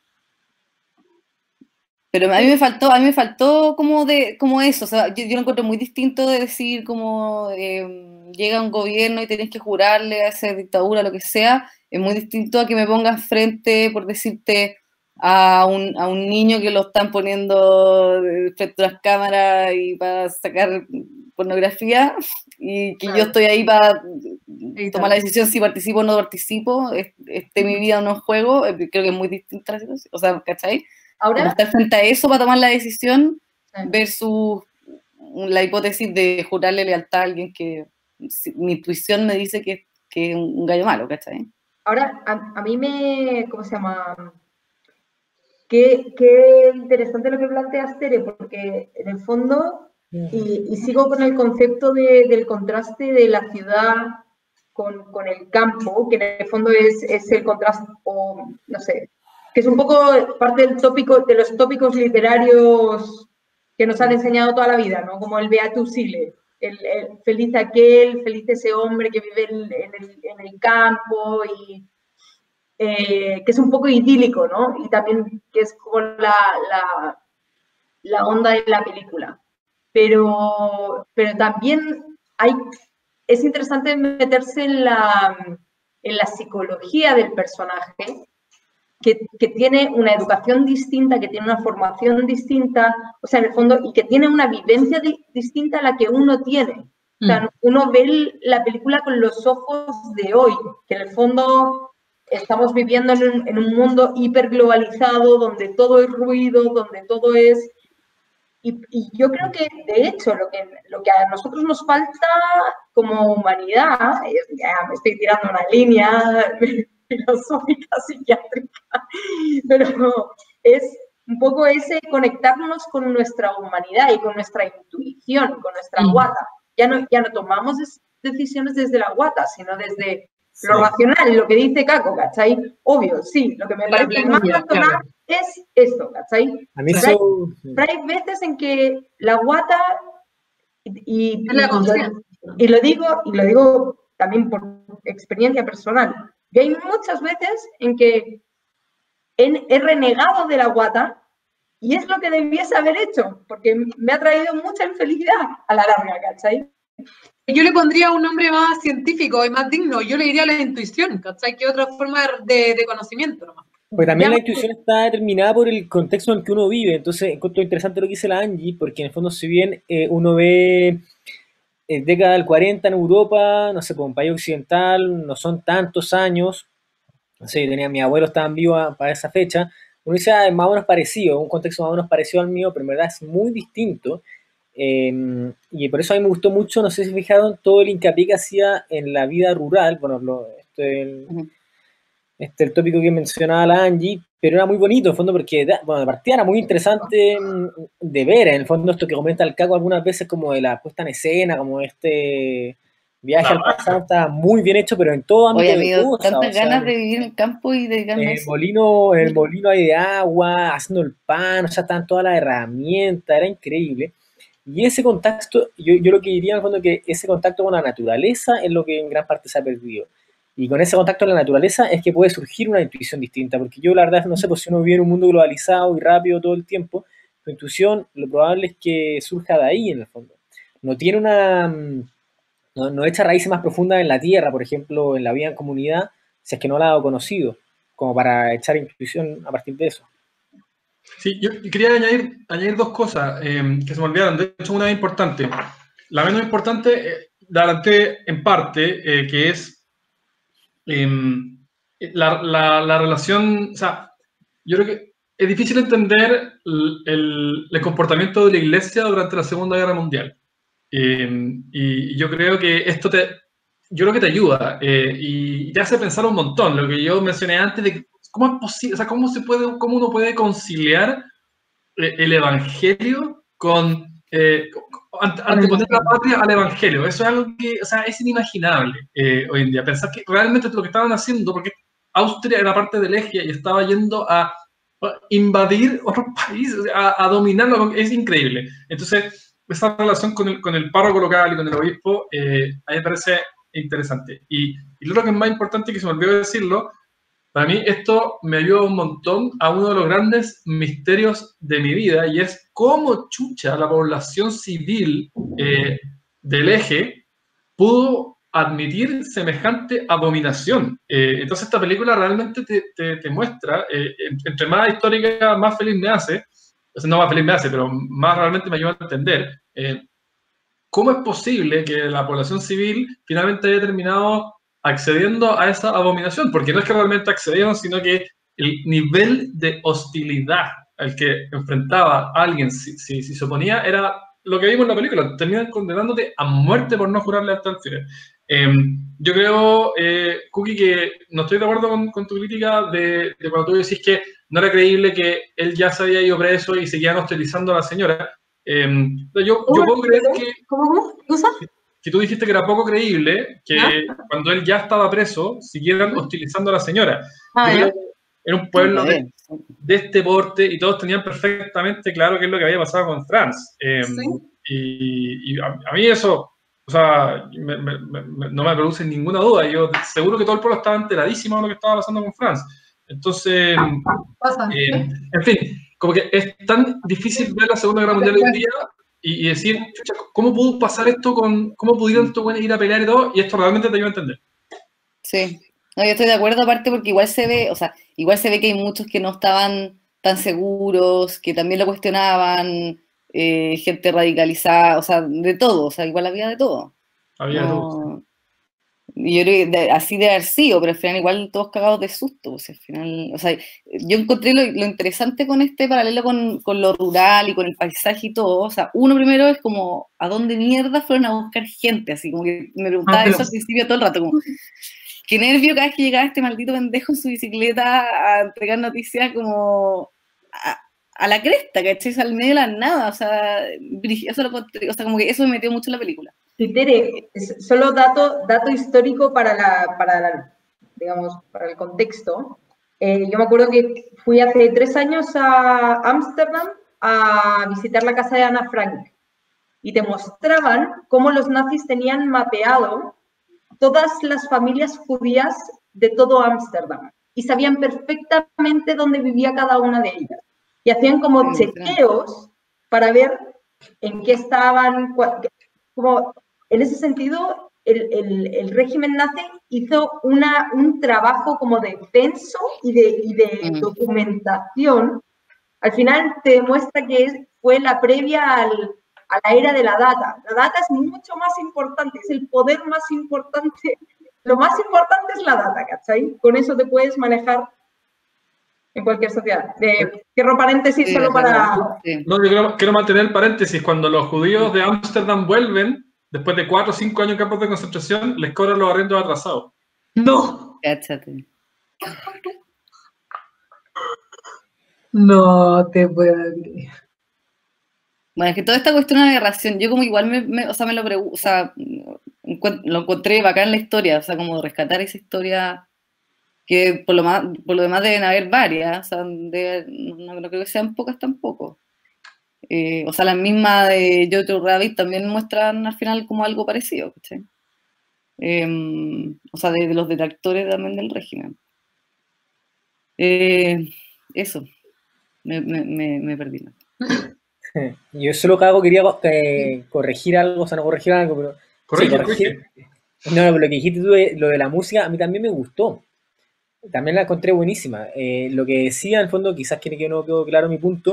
Pero a mí me faltó como eso. O sea, yo lo encuentro muy distinto de decir como llega un gobierno y tenés que jurarle a esa dictadura, lo que sea. Es muy distinto a que me pongan frente, por decirte, a un niño que lo están poniendo frente a las cámaras y para sacar pornografía y que yo estoy ahí para tomar la decisión si participo o no participo, mi vida o no juego, creo que es muy distinta la situación, o sea, ¿cachai? Ahora, estar frente a eso para tomar la decisión versus la hipótesis de jurarle lealtad a alguien que mi intuición me dice que es un gallo malo, ¿cachai? Ahora, a mí ¿cómo se llama? Qué interesante lo que planteas, Tere, porque en el fondo, y sigo con el concepto del contraste de la ciudad con el campo, que en el fondo es el contraste, o no sé, que es un poco parte del tópico, de los tópicos literarios que nos han enseñado toda la vida, ¿no? Como el Beatus Sile, el feliz aquel, feliz ese hombre que vive en el campo y que es un poco idílico, ¿no? Y también que es como la onda de la película. Pero también es interesante meterse en la psicología del personaje, que tiene una educación distinta, que tiene una formación distinta, o sea, en el fondo, y que tiene una vivencia distinta a la que uno tiene. O sea, uno ve la película con los ojos de hoy, que en el fondo estamos viviendo en un mundo hiperglobalizado, donde todo es ruido, donde todo es... Y yo creo que, de hecho, lo que a nosotros nos falta como humanidad, ya me estoy tirando una línea filosófica, psiquiátrica, pero es un poco ese conectarnos con nuestra humanidad y con nuestra intuición, con nuestra guata. Ya no tomamos decisiones desde la guata, sino desde lo racional, lo que dice Caco, ¿cachai? Obvio, sí, lo que me parece más racional es esto, ¿cachai? A mí pero hay veces en que la guata, y lo digo también por experiencia personal, y hay muchas veces en que he renegado de la guata y es lo que debiese haber hecho, porque me ha traído mucha infelicidad a la larga, ¿cachai? Yo le pondría un nombre más científico y más digno, yo le diría la intuición, ¿cachai? Que otra forma de conocimiento nomás. Pues también la intuición está determinada por el contexto en el que uno vive, entonces encuentro interesante lo que dice la Angie, porque en el fondo si bien uno ve década del 40 en Europa, no sé, por un país occidental, no son tantos años, no sé, yo tenía, mis abuelos estaban vivos para esa fecha, uno dice, es más o menos parecido, un contexto más o menos parecido al mío, pero en verdad es muy distinto. Y por eso a mí me gustó mucho, no sé si fijaron, todo el hincapié que hacía en la vida rural. Bueno, el tópico que mencionaba la Angie, pero era muy bonito en el fondo porque, bueno, de partida era muy interesante de ver, en el fondo esto que comenta el Caco algunas veces como de la puesta en escena, como este viaje al pasado, está muy bien hecho, pero en todo ámbito. Oye, amigo, tantas ganas de vivir en el campo y dedicarme a eso. En el molino hay de agua, haciendo el pan, o sea, estaban todas las herramientas, era increíble. Y ese contacto, yo lo que diría en el fondo que ese contacto con la naturaleza es lo que en gran parte se ha perdido. Y con ese contacto con la naturaleza es que puede surgir una intuición distinta, porque yo la verdad no sé, pues si uno vive en un mundo globalizado y rápido todo el tiempo, tu intuición lo probable es que surja de ahí en el fondo. No tiene no echa raíces más profundas en la tierra, por ejemplo, en la vida en comunidad, si es que no la ha conocido, como para echar intuición a partir de eso. Sí, yo quería añadir dos cosas que se me olvidaron. De hecho, una es importante. La menos importante, la adelanté en parte, que es la relación. O sea, yo creo que es difícil entender el comportamiento de la Iglesia durante la Segunda Guerra Mundial. Y yo creo que yo creo que te ayuda y te hace pensar un montón. Lo que yo mencioné antes de cómo es posible, o sea, cómo uno puede conciliar el Evangelio con anteponer la patria al Evangelio. Eso es algo que, o sea, es inimaginable hoy en día. Pensar que realmente lo que estaban haciendo, porque Austria era parte del eje y estaba yendo a invadir otros países, a dominarlo, es increíble. Entonces, esa relación con el párroco local y con el obispo, a mí me parece interesante. Y lo otro que es más importante, que se me olvidó decirlo, para mí esto me ayuda un montón a uno de los grandes misterios de mi vida, y es cómo chucha la población civil del eje pudo admitir semejante abominación. Entonces esta película realmente te muestra, entre más histórica, más feliz me hace, o sea, no más feliz me hace, pero más realmente me ayuda a entender cómo es posible que la población civil finalmente haya terminado accediendo a esa abominación, porque no es que realmente accedieron, sino que el nivel de hostilidad al que enfrentaba a alguien si se oponía era lo que vimos en la película. Terminan condenándote a muerte por no jurarle hasta el final. Yo creo, Cookie, que no estoy de acuerdo con tu crítica de cuando tú decís que no era creíble que él ya se había ido preso y seguían hostilizando a la señora. Yo puedo creer ¿Cómo? que tú dijiste que era poco creíble que cuando él ya estaba preso siguieran hostilizando a la seña. Yo creo que era un pueblo de este porte y todos tenían perfectamente claro qué es lo que había pasado con Franz. Y a mí eso, o sea, no me produce ninguna duda. Yo seguro que todo el pueblo estaba enteradísimo de lo que estaba pasando con Franz. Entonces, en fin, como que es tan difícil ver la Segunda Guerra Mundial hoy en día y decir, chucha, ¿cómo pudo pasar esto cómo pudieron estos buenos ir a pelear y todo? Y esto realmente te ayuda a entender. Sí, no, yo estoy de acuerdo, aparte porque igual se ve, o sea, igual se ve que hay muchos que no estaban tan seguros, que también lo cuestionaban, gente radicalizada, o sea, de todo, o sea, igual había de todo. Había de todo. Y yo creo que así debe haber sido, pero al final igual todos cagados de susto, pues, al final, o sea, yo encontré lo interesante con este paralelo con lo rural y con el paisaje y todo, o sea, uno primero es como, ¿a dónde mierda fueron a buscar gente? Así como que me preguntaba eso al principio todo el rato, como, qué nervio cada vez que llegaba este maldito pendejo en su bicicleta a entregar noticias como a la cresta, ¿cachai? Al medio de la nada, o sea, como que eso me metió mucho en la película. Tere, solo dato histórico para el contexto. Yo me acuerdo que fui hace 3 años a Ámsterdam a visitar la casa de Ana Frank y te mostraban cómo los nazis tenían mapeado todas las familias judías de todo Ámsterdam y sabían perfectamente dónde vivía cada una de ellas. Y hacían como chequeos para ver en qué estaban, como en ese sentido, el régimen nazi hizo un trabajo como de censo y de documentación. Al final te demuestra que fue la previa a la era de la data. La data es mucho más importante, es el poder más importante. Lo más importante es la data, ¿cachai? Con eso te puedes manejar en cualquier sociedad. Cierro paréntesis Sí, solo para... sí. No, yo quiero mantener el paréntesis. Cuando los judíos de Ámsterdam vuelven, después de 4 o 5 años en campos de concentración, les cobran los arrendos atrasados. No, Cáchate. no te puedo creer. Bueno, es que toda esta cuestión de aberración, yo como igual o sea, o sea, lo encontré bacán en la historia, o sea, como rescatar esa historia que por lo demás deben haber varias, o sea, no creo que sean pocas tampoco. O sea, las mismas de Jojo Rabbit también muestran al final como algo parecido, ¿cachai? O sea, de los detractores también del régimen. Eso, me perdí. Yo solo que hago quería corregir algo, o sea, no corregir algo, pero... Corrige. No, pero lo que dijiste tú, lo de la música, a mí también me gustó. También la encontré buenísima. Lo que decía, en el fondo, quizás que no quedó claro mi punto,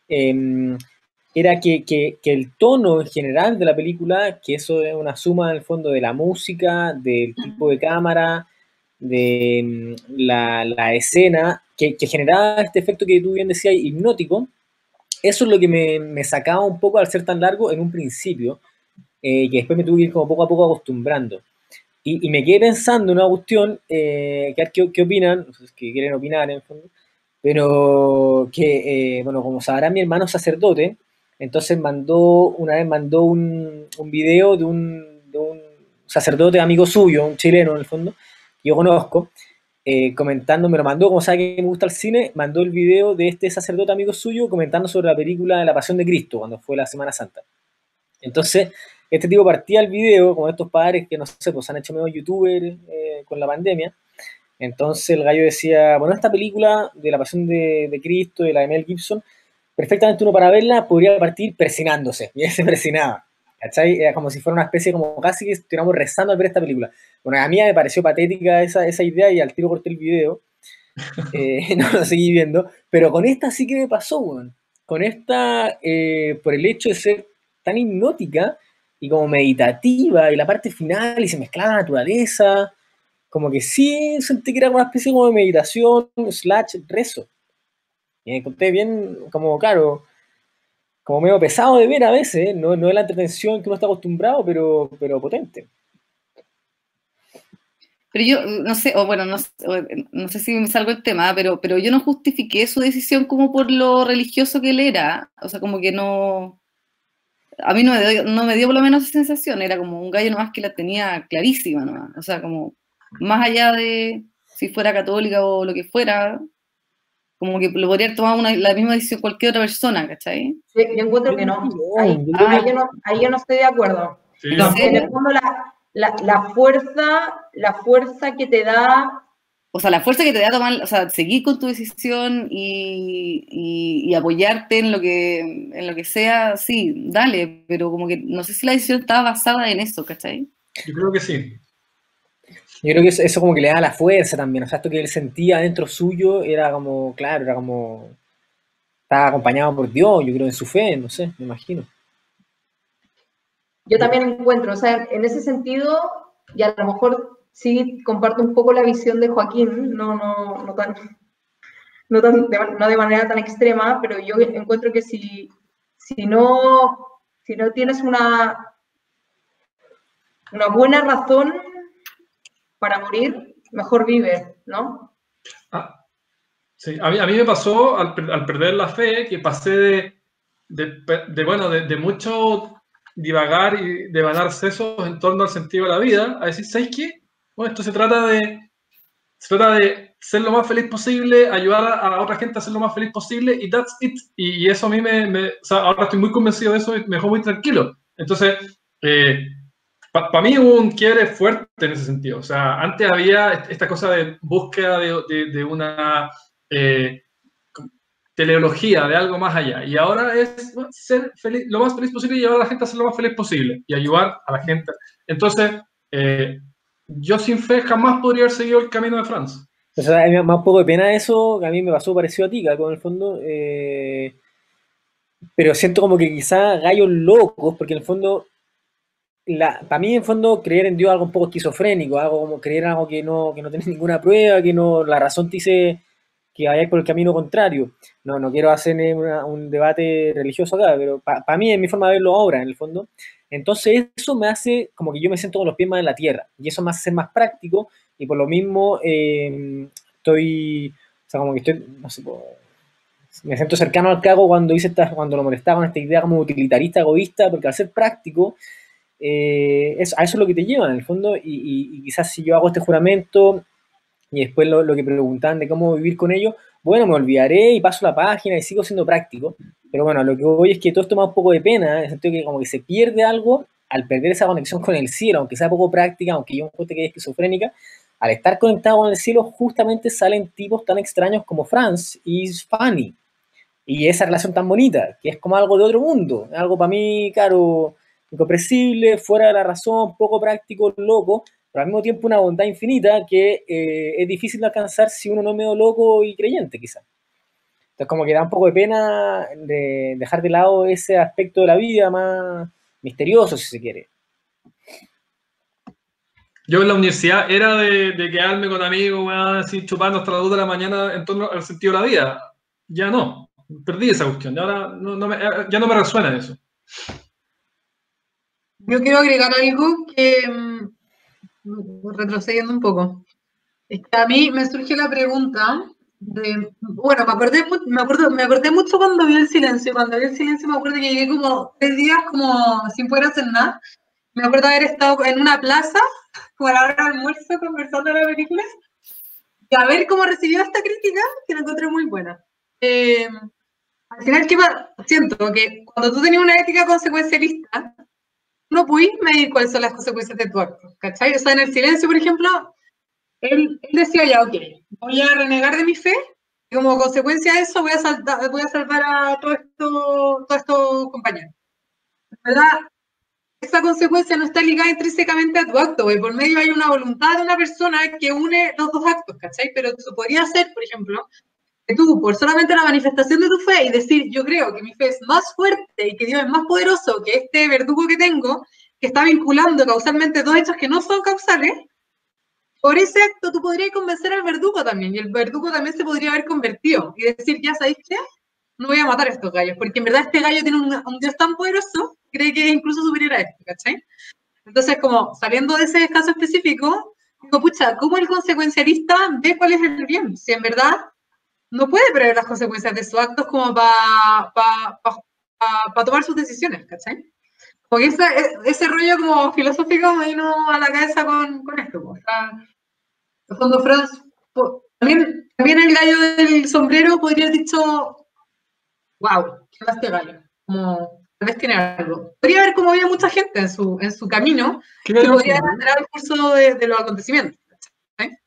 era que el tono en general de la película, que eso es una suma, en el fondo, de la música, del tipo de cámara, de la escena, que generaba este efecto que tú bien decías, hipnótico. Eso es lo que me sacaba un poco al ser tan largo en un principio, que después me tuve que ir como poco a poco acostumbrando. Y me quedé pensando en una cuestión, que a ver qué opinan, no sé, que quieren opinar en el fondo, pero que, bueno, como sabrán, mi hermano es sacerdote, entonces una vez mandó un video de un sacerdote amigo suyo, un chileno en el fondo, que yo conozco, comentando, me lo mandó, como sabe que me gusta el cine, mandó el video de este sacerdote amigo suyo comentando sobre la película de La Pasión de Cristo, cuando fue la Semana Santa. Entonces, este tipo partía el video, como estos padres que, no sé, pues han hecho medio youtubers con la pandemia. Entonces el gallo decía, bueno, esta película de La Pasión de Cristo, de la de Mel Gibson, perfectamente uno para verla podría partir persinándose, y él se persinaba, ¿cachai? Era como si fuera una especie, como casi que estuviéramos rezando al ver esta película. Bueno, a mí me pareció patética esa idea y al tiro corté el video, no lo seguí viendo, pero con esta sí que me pasó, weón. Con esta, por el hecho de ser tan hipnótica y como meditativa, y la parte final, y se mezclaba la naturaleza, como que sí sentí que era una especie como de meditación / rezo. Y me encontré bien, como claro, como medio pesado de ver a veces, no es la entretención que uno está acostumbrado, pero potente. Pero yo, no sé, o bueno, no sé si me salgo el tema, pero yo no justifiqué su decisión como por lo religioso que él era, o sea, como que no... A mí no me dio por lo menos esa sensación, era como un gallo nomás que la tenía clarísima nomás, o sea, como más allá de si fuera católica o lo que fuera, como que lo podría haber tomado la misma decisión cualquier otra persona, ¿cachai? Sí, yo encuentro que no. Ahí yo no estoy de acuerdo. Sí, En el fondo, la fuerza que te da... O sea, la fuerza que te da tomar, o sea, seguir con tu decisión y apoyarte en lo que sea, sí, dale, pero como que no sé si la decisión estaba basada en eso, ¿cachai? yo creo que sí. Yo creo que eso como que le da la fuerza también, o sea, esto que él sentía dentro suyo era como, claro, era como, estaba acompañado por Dios, yo creo, en su fe, no sé, me imagino. Yo también encuentro, o sea, en ese sentido, y a lo mejor sí comparto un poco la visión de Joaquín, no de manera tan extrema, pero yo encuentro que si no tienes una buena razón para morir, mejor vive, ¿no? Sí, a mí me pasó al perder la fe que pasé de mucho divagar y de ganar sesos en torno al sentido de la vida a decir, ¿sabes qué? Bueno, esto se trata de ser lo más feliz posible, ayudar a otra gente a ser lo más feliz posible y that's it. Y eso a mí o sea, ahora estoy muy convencido de eso y me dejó muy tranquilo. Entonces, para mí hubo un quiebre fuerte en ese sentido. O sea, antes había esta cosa de búsqueda de una teleología, de algo más allá. Y ahora es ser feliz, lo más feliz posible y llevar a la gente a ser lo más feliz posible y ayudar a la gente. Entonces, yo sin fe jamás podría haber seguido el camino de Franz. O sea, a mí me da un poco de pena eso, que a mí me pasó parecido a ti, Caco, en el fondo. Pero siento como que quizás gallos locos, porque en el fondo, para mí en el fondo creer en Dios es algo un poco esquizofrénico, algo como creer en algo que no tiene ninguna prueba, que no, la razón te dice que vayáis por el camino contrario. No quiero hacer un debate religioso acá, pero para mí es mi forma de verlo ahora, en el fondo. Entonces eso me hace como que yo me siento con los pies más en la tierra, y eso me hace ser más práctico, y por lo mismo estoy, o sea, como que estoy, no sé, me siento cercano al cago cuando cuando lo molestaba con esta idea como utilitarista, egoísta, porque al ser práctico, a eso es lo que te lleva en el fondo, y quizás si yo hago este juramento y después lo que preguntaban de cómo vivir con ello, bueno, me olvidaré y paso la página y sigo siendo práctico, pero bueno, lo que voy es que todo esto me da un poco de pena, en el sentido que como que se pierde algo al perder esa conexión con el cielo, aunque sea poco práctica, aunque yo me encuentre que es esquizofrénica, al estar conectado con el cielo justamente salen tipos tan extraños como Franz y Fanny, y esa relación tan bonita, que es como algo de otro mundo, algo para mí, claro, incomprensible, fuera de la razón, poco práctico, loco, pero al mismo tiempo una bondad infinita que es difícil de alcanzar si uno no es medio loco y creyente, quizás. Entonces como que da un poco de pena de dejar de lado ese aspecto de la vida más misterioso, si se quiere. Yo en la universidad era de quedarme con amigos, así chupando hasta las 2 de la mañana en torno al sentido de la vida. Ya no, perdí esa cuestión. Ahora ya no me resuena eso. Yo quiero agregar algo que, retrocediendo un poco, es que a mí me surge la pregunta bueno, me acordé mucho cuando vi el silencio. Cuando vi el silencio me acuerdo que llegué como 3 días como sin poder hacer nada. Me acuerdo haber estado en una plaza, como a la hora del almuerzo, conversando de la película, y a ver cómo recibió esta crítica, que la encontré muy buena. Al final, siento que cuando tú tenías una ética consecuencialista, no podís medir cuáles son las consecuencias de tu acto, ¿cachai? O sea, en el silencio, por ejemplo, él decía ya, ok, voy a renegar de mi fe, y como consecuencia de eso voy a salvar a todos estos compañeros. ¿Verdad? Esa consecuencia no está ligada intrínsecamente a tu acto, güey. Por medio hay una voluntad de una persona que une los dos actos, ¿cachai? Pero eso podría ser, por ejemplo, que tú, por solamente la manifestación de tu fe y decir, yo creo que mi fe es más fuerte y que Dios es más poderoso que este verdugo que tengo, que está vinculando causalmente dos hechos que no son causales, por ese acto tú podrías convencer al verdugo también, y el verdugo también se podría haber convertido y decir, ya sabéis qué, no voy a matar a estos gallos, porque en verdad este gallo tiene un Dios tan poderoso, cree que es incluso superior a esto, ¿cachai? Entonces, como saliendo de ese caso específico, digo, pucha, ¿cómo el consecuencialista ve cuál es el bien? Si en verdad no puede prever las consecuencias de sus actos como para tomar sus decisiones, ¿cachai? Porque ese rollo como filosófico me vino a la cabeza con esto. O sea, en el fondo, Franz, también el gallo del sombrero podría haber dicho, wow, ¿qué va este gallo? Como, tal vez tiene algo. Podría haber como había mucha gente en su camino que podría alterar el curso de los acontecimientos. ¿cachai?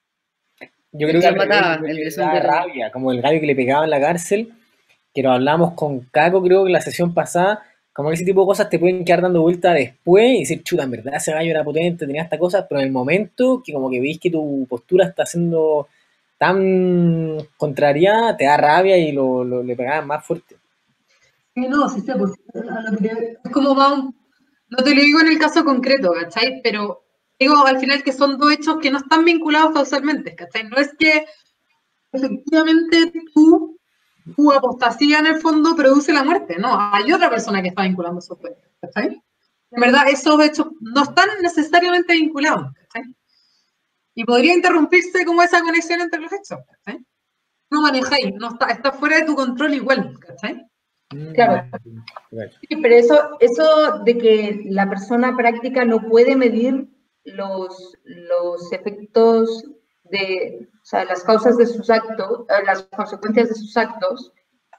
Yo creo que le da rabia, como el gallo que le pegaba en la cárcel, que lo hablamos con Caco, creo que en la sesión pasada, como que ese tipo de cosas te pueden quedar dando vuelta después y decir, chuta, en verdad ese gallo era potente, tenía estas cosas, pero en el momento que como que veis que tu postura está siendo tan contrariada, te da rabia y le pegaban más fuerte. Sí, no, sí sé, pues, es como no te lo digo en el caso concreto, ¿cachai? Pero digo al final que son dos hechos que no están vinculados causalmente, ¿cachai? No es que efectivamente tu apostasía en el fondo produce la muerte, no, hay otra persona que está vinculando esos hechos, ¿cachai? En verdad, esos hechos no están necesariamente vinculados, ¿cachai? Y podría interrumpirse como esa conexión entre los hechos, ¿cachai? No manejáis, está fuera de tu control igual, ¿cachai? Claro. Sí, pero eso de que la persona práctica no puede medir los efectos o sea, las causas de sus actos, las consecuencias de sus actos,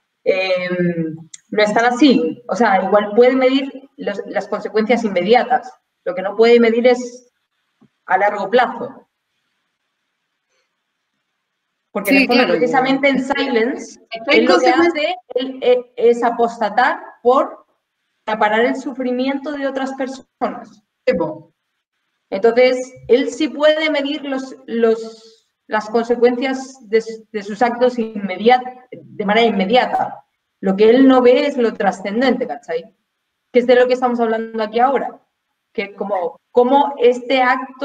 no están así. O sea, igual puede medir las consecuencias inmediatas. Lo que no puede medir es a largo plazo. Porque sí, en el fondo, claro, precisamente en Silence, él lo que hace es apostatar por apagar el sufrimiento de otras personas. Entonces, él sí puede medir las consecuencias de sus actos de manera inmediata. Lo que él no ve es lo trascendente, ¿cachai? Que es de lo que estamos hablando aquí ahora. Que como este acto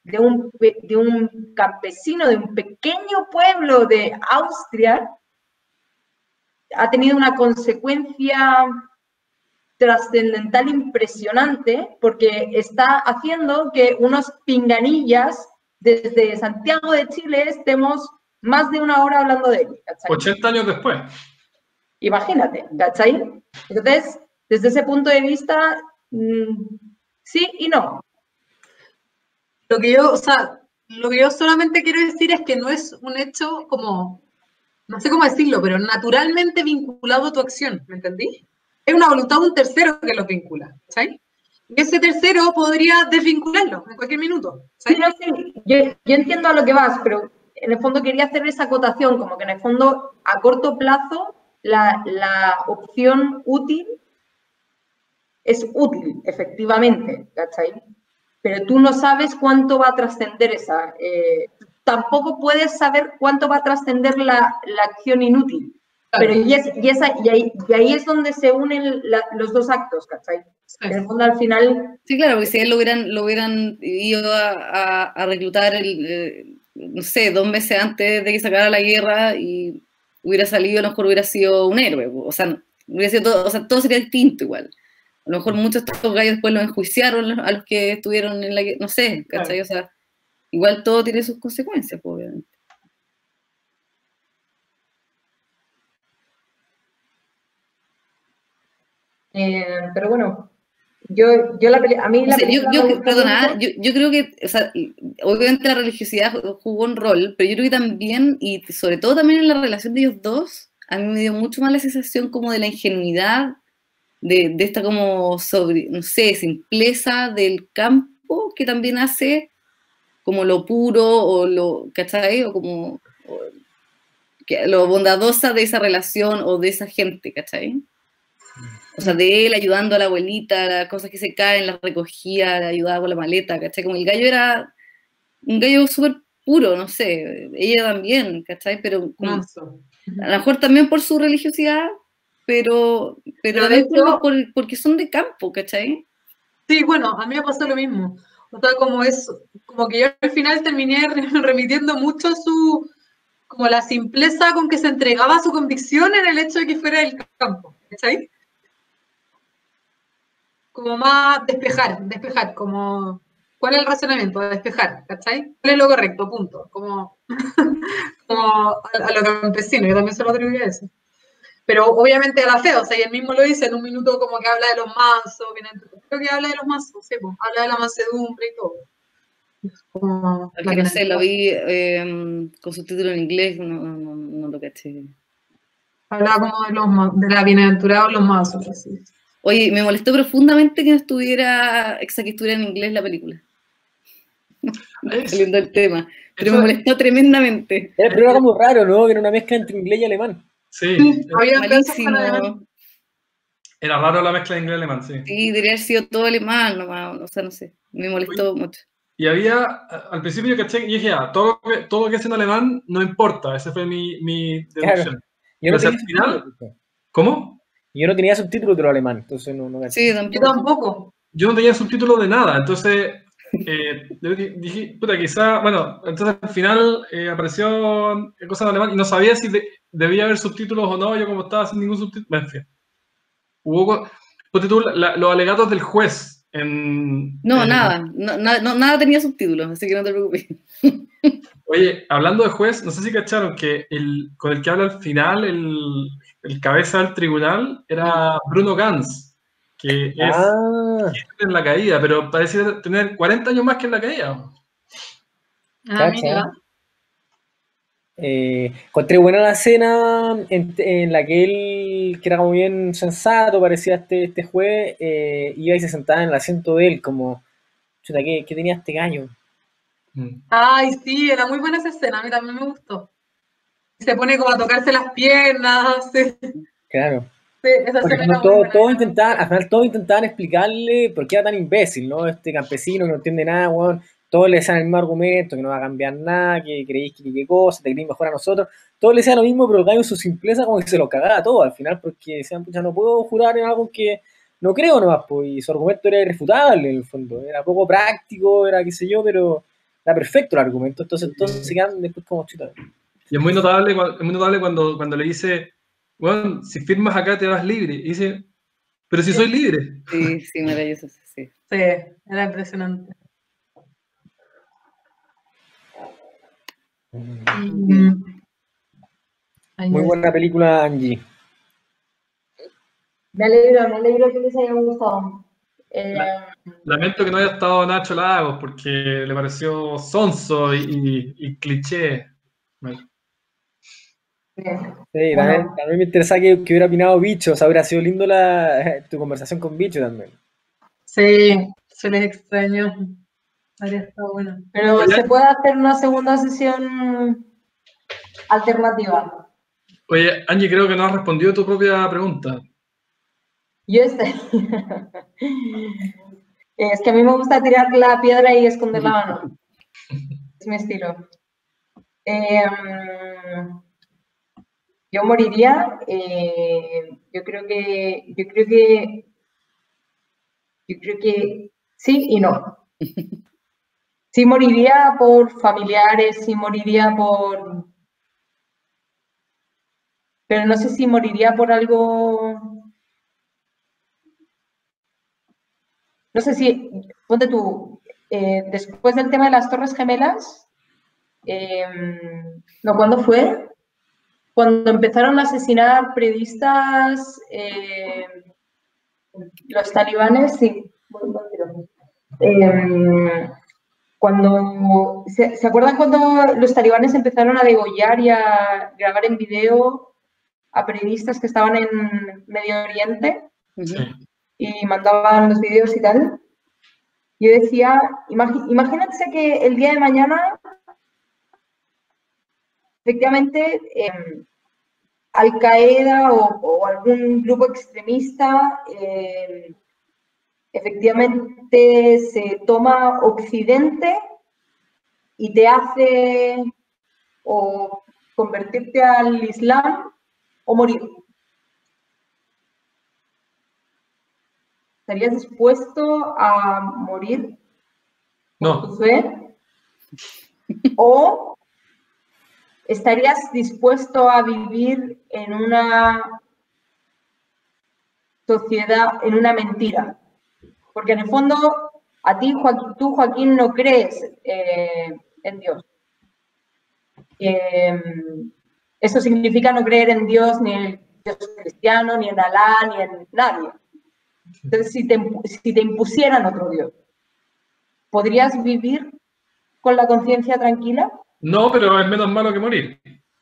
de un campesino de un pequeño pueblo de Austria ha tenido una consecuencia trascendental impresionante, porque está haciendo que unos pinganillas desde Santiago de Chile estemos más de una hora hablando de él, ¿cachai? 80 años después. Imagínate, ¿cachai? Entonces, desde ese punto de vista, sí y no. Lo que yo solamente quiero decir es que no es un hecho como, no sé cómo decirlo, pero naturalmente vinculado a tu acción, ¿me entendí? Es una voluntad de un tercero que los vincula, ¿sabes? Y ese tercero podría desvincularlo en cualquier minuto, ¿sabes? Sí, no, sí. Yo entiendo a lo que vas, pero en el fondo quería hacer esa acotación, como que en el fondo, a corto plazo, la opción útil es útil, efectivamente, ¿cachai? Pero tú no sabes cuánto va a trascender esa. Tampoco puedes saber cuánto va a trascender la acción inútil. Pero y ahí es donde se unen los dos actos, ¿cachai? Sí. En el fondo, al final... Sí, claro, porque si él lo hubieran ido a reclutar, no sé, 2 meses antes de que se acabara la guerra y hubiera salido, a lo mejor hubiera sido un héroe. O sea, hubiera sido todo, o sea, todo sería distinto igual. A lo mejor muchos de estos gallos después los enjuiciaron a los que estuvieron en la guerra, no sé, ¿cachai? Claro. O sea, igual todo tiene sus consecuencias, obviamente. Pero bueno, a mí la película perdona, yo creo que, o sea, obviamente la religiosidad jugó un rol, pero yo creo que también, y sobre todo también en la relación de ellos dos, a mí me dio mucho más la sensación como de la ingenuidad, de esta como no sé, simpleza del campo, que también hace como lo puro, o lo, ¿cachai? O como lo bondadosa de esa relación, o de esa gente, ¿cachai? O sea, de él ayudando a la abuelita, las cosas que se caen, las recogía, le ayudaba con la maleta, ¿cachai? Como el gallo era un gallo súper puro, no sé, ella también, ¿cachai? Pero como, a lo mejor también por su religiosidad, pero también porque son de campo, ¿cachai? Sí, bueno, a mí me pasó lo mismo. O sea, como que yo al final terminé remitiendo mucho como la simpleza con que se entregaba su convicción en el hecho de que fuera del campo, ¿cachai? Como más despejar, como, ¿cuál es el razonamiento? Despejar, ¿cachai? ¿Cuál es lo correcto? Punto. Como a lo campesino, yo también se lo atribuía a eso. Pero obviamente a la fe, o sea, y él mismo lo dice en un minuto como que habla de los mazos, creo que habla de los mazos, sí, pues, habla de la mansedumbre y todo. Como que no sé, lo vi con subtítulo en inglés, no lo caché. Hablaba como de la bienaventurados los mazos, así. Oye, me molestó profundamente que no estuviera en inglés la película. Saliendo del tema. Pero me molestó tremendamente. Era algo muy raro, ¿no? Que era una mezcla entre inglés y alemán. Sí. Malísimo. Era raro la mezcla de inglés y alemán, sí. Sí, debería haber sido todo alemán nomás, o sea, no sé. Me molestó mucho. Y había, al principio yo caché y dije, todo lo que es en alemán no importa. Esa fue mi deducción. Claro. Yo no al final, ¿cómo? Yo no tenía subtítulos de lo alemán, entonces no Sí, yo tampoco. Yo no tenía subtítulos de nada, entonces dije, puta, quizá, bueno, entonces al final apareció cosas en alemán y no sabía si debía haber subtítulos o no, yo como estaba sin ningún subtítulo, en fin. Hubo, los alegatos del juez nada tenía subtítulos, así que no te preocupes. Oye, hablando de juez, no sé si cacharon que con el que habla al final, el cabeza del tribunal, era Bruno Ganz, que es en La Caída, pero parece tener 40 años más que en La Caída. Mira. Encontré buena la escena en la que él, que era como bien sensato, parecía este juez, iba y se sentaba en el asiento de él, como, chuta, ¿qué tenía este gallo? Ay, sí, era muy buena esa escena, a mí también me gustó. Se pone como a tocarse las piernas. Sí. Claro. Sí, esa escena al final todos intentaban explicarle por qué era tan imbécil, ¿no? Este campesino que no entiende nada, weón. Todos le decían el mismo argumento, que no va a cambiar nada, que creéis que qué cosa, te creéis mejor a nosotros. Todos le decían lo mismo, pero el gallo en su simpleza como que se lo cagaba todo al final, porque decían, pucha, no puedo jurar en algo que no creo nomás, pues, y su argumento era irrefutable en el fondo. Era poco práctico, era qué sé yo, pero da perfecto el argumento, entonces todos se quedan después como chuta. Y es muy notable cuando le dice, bueno, si firmas acá te vas libre. Y dice, pero si soy libre. Sí, maravilloso, sí. Sí, era impresionante. Muy buena película, Angie. Me alegro que les haya gustado. Lamento que no haya estado Nacho Lagos porque le pareció sonso y cliché. Sí, también me interesa que hubiera opinado Bicho, o sea, hubiera sido lindo tu conversación con Bicho también. Sí, se les extrañó. Habría estado bueno. Pero se puede hacer una segunda sesión alternativa. Oye, Angie, creo que no has respondido tu propia pregunta. Yo es que a mí me gusta tirar la piedra y esconder la mano. Es mi estilo. Yo moriría. Yo creo que sí y no. Sí moriría por familiares, sí moriría por... Pero no sé si moriría por algo... No sé si... Ponte tú, después del tema de las Torres Gemelas... no, ¿cuándo fue? Cuando empezaron a asesinar periodistas, los talibanes, sí. ¿Se acuerdan cuando los talibanes empezaron a degollar y a grabar en video a periodistas que estaban en Medio Oriente? Sí. Y mandaban los videos y tal? Yo decía, imagínense que el día de mañana, efectivamente, Al-Qaeda o algún grupo extremista efectivamente se toma Occidente y te hace o convertirte al Islam o morir. ¿Estarías dispuesto a morir por tu fe? ¿O estarías dispuesto a vivir en una sociedad, en una mentira? Porque en el fondo, a ti, tú, Joaquín, no crees en Dios. Eso significa no creer en Dios, ni en el Dios cristiano, ni en Alá, ni en nadie. Entonces, si te impusieran otro Dios, ¿podrías vivir con la conciencia tranquila? No, pero es menos malo que morir.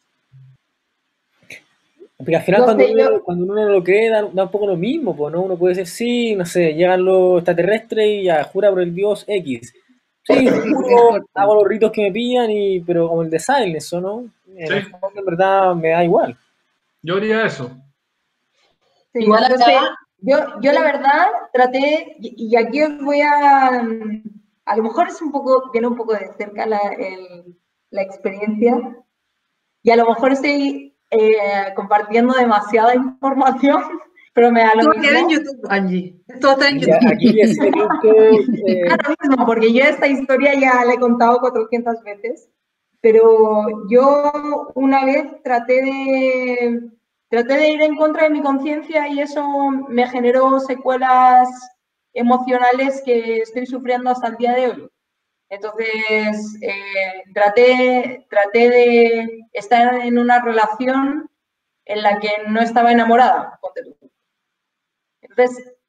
Porque al final cuando uno no lo cree da un poco lo mismo, pues, ¿no? Uno puede decir, sí, no sé, llegan los extraterrestres y ya jura por el dios X. Sí, juro, hago los ritos que me pillan, pero como el de Silence, ¿o no? En verdad me da igual. Yo haría eso. Sí, igual acá, yo la verdad traté, y aquí os voy a lo mejor viene un poco de cerca la experiencia, y a lo mejor estoy compartiendo demasiada información, pero me da lo mismo. Esto queda en YouTube, Angie. Esto está en YouTube. Aquí es lo mismo, porque yo esta historia ya la he contado 400 veces, pero yo una vez traté de ir en contra de mi conciencia y eso me generó secuelas emocionales que estoy sufriendo hasta el día de hoy. Entonces, traté de estar en una relación en la que no estaba enamorada. Entonces,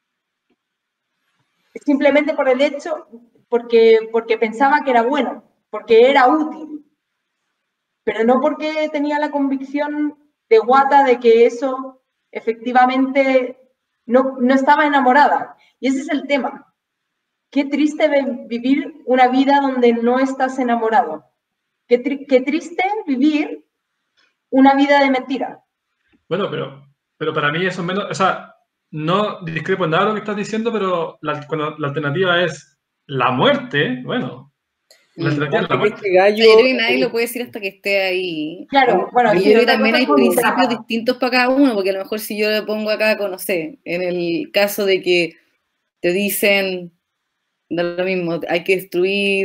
simplemente por el hecho, porque pensaba que era bueno, porque era útil, pero no porque tenía la convicción de guata de que eso efectivamente no estaba enamorada. Y ese es el tema. Qué triste vivir una vida donde no estás enamorado. Qué triste vivir una vida de mentira. Bueno, pero para mí eso es menos, o sea, no discrepo en nada de lo que estás diciendo, pero cuando la alternativa es la muerte, bueno. La alternativa es la muerte. Yo creo que nadie lo puede decir hasta que esté ahí. Claro, bueno, yo creo que también hay principios distintos para cada uno, porque a lo mejor si yo le pongo acá, no sé, en el caso de que te dicen, da lo mismo, hay que destruir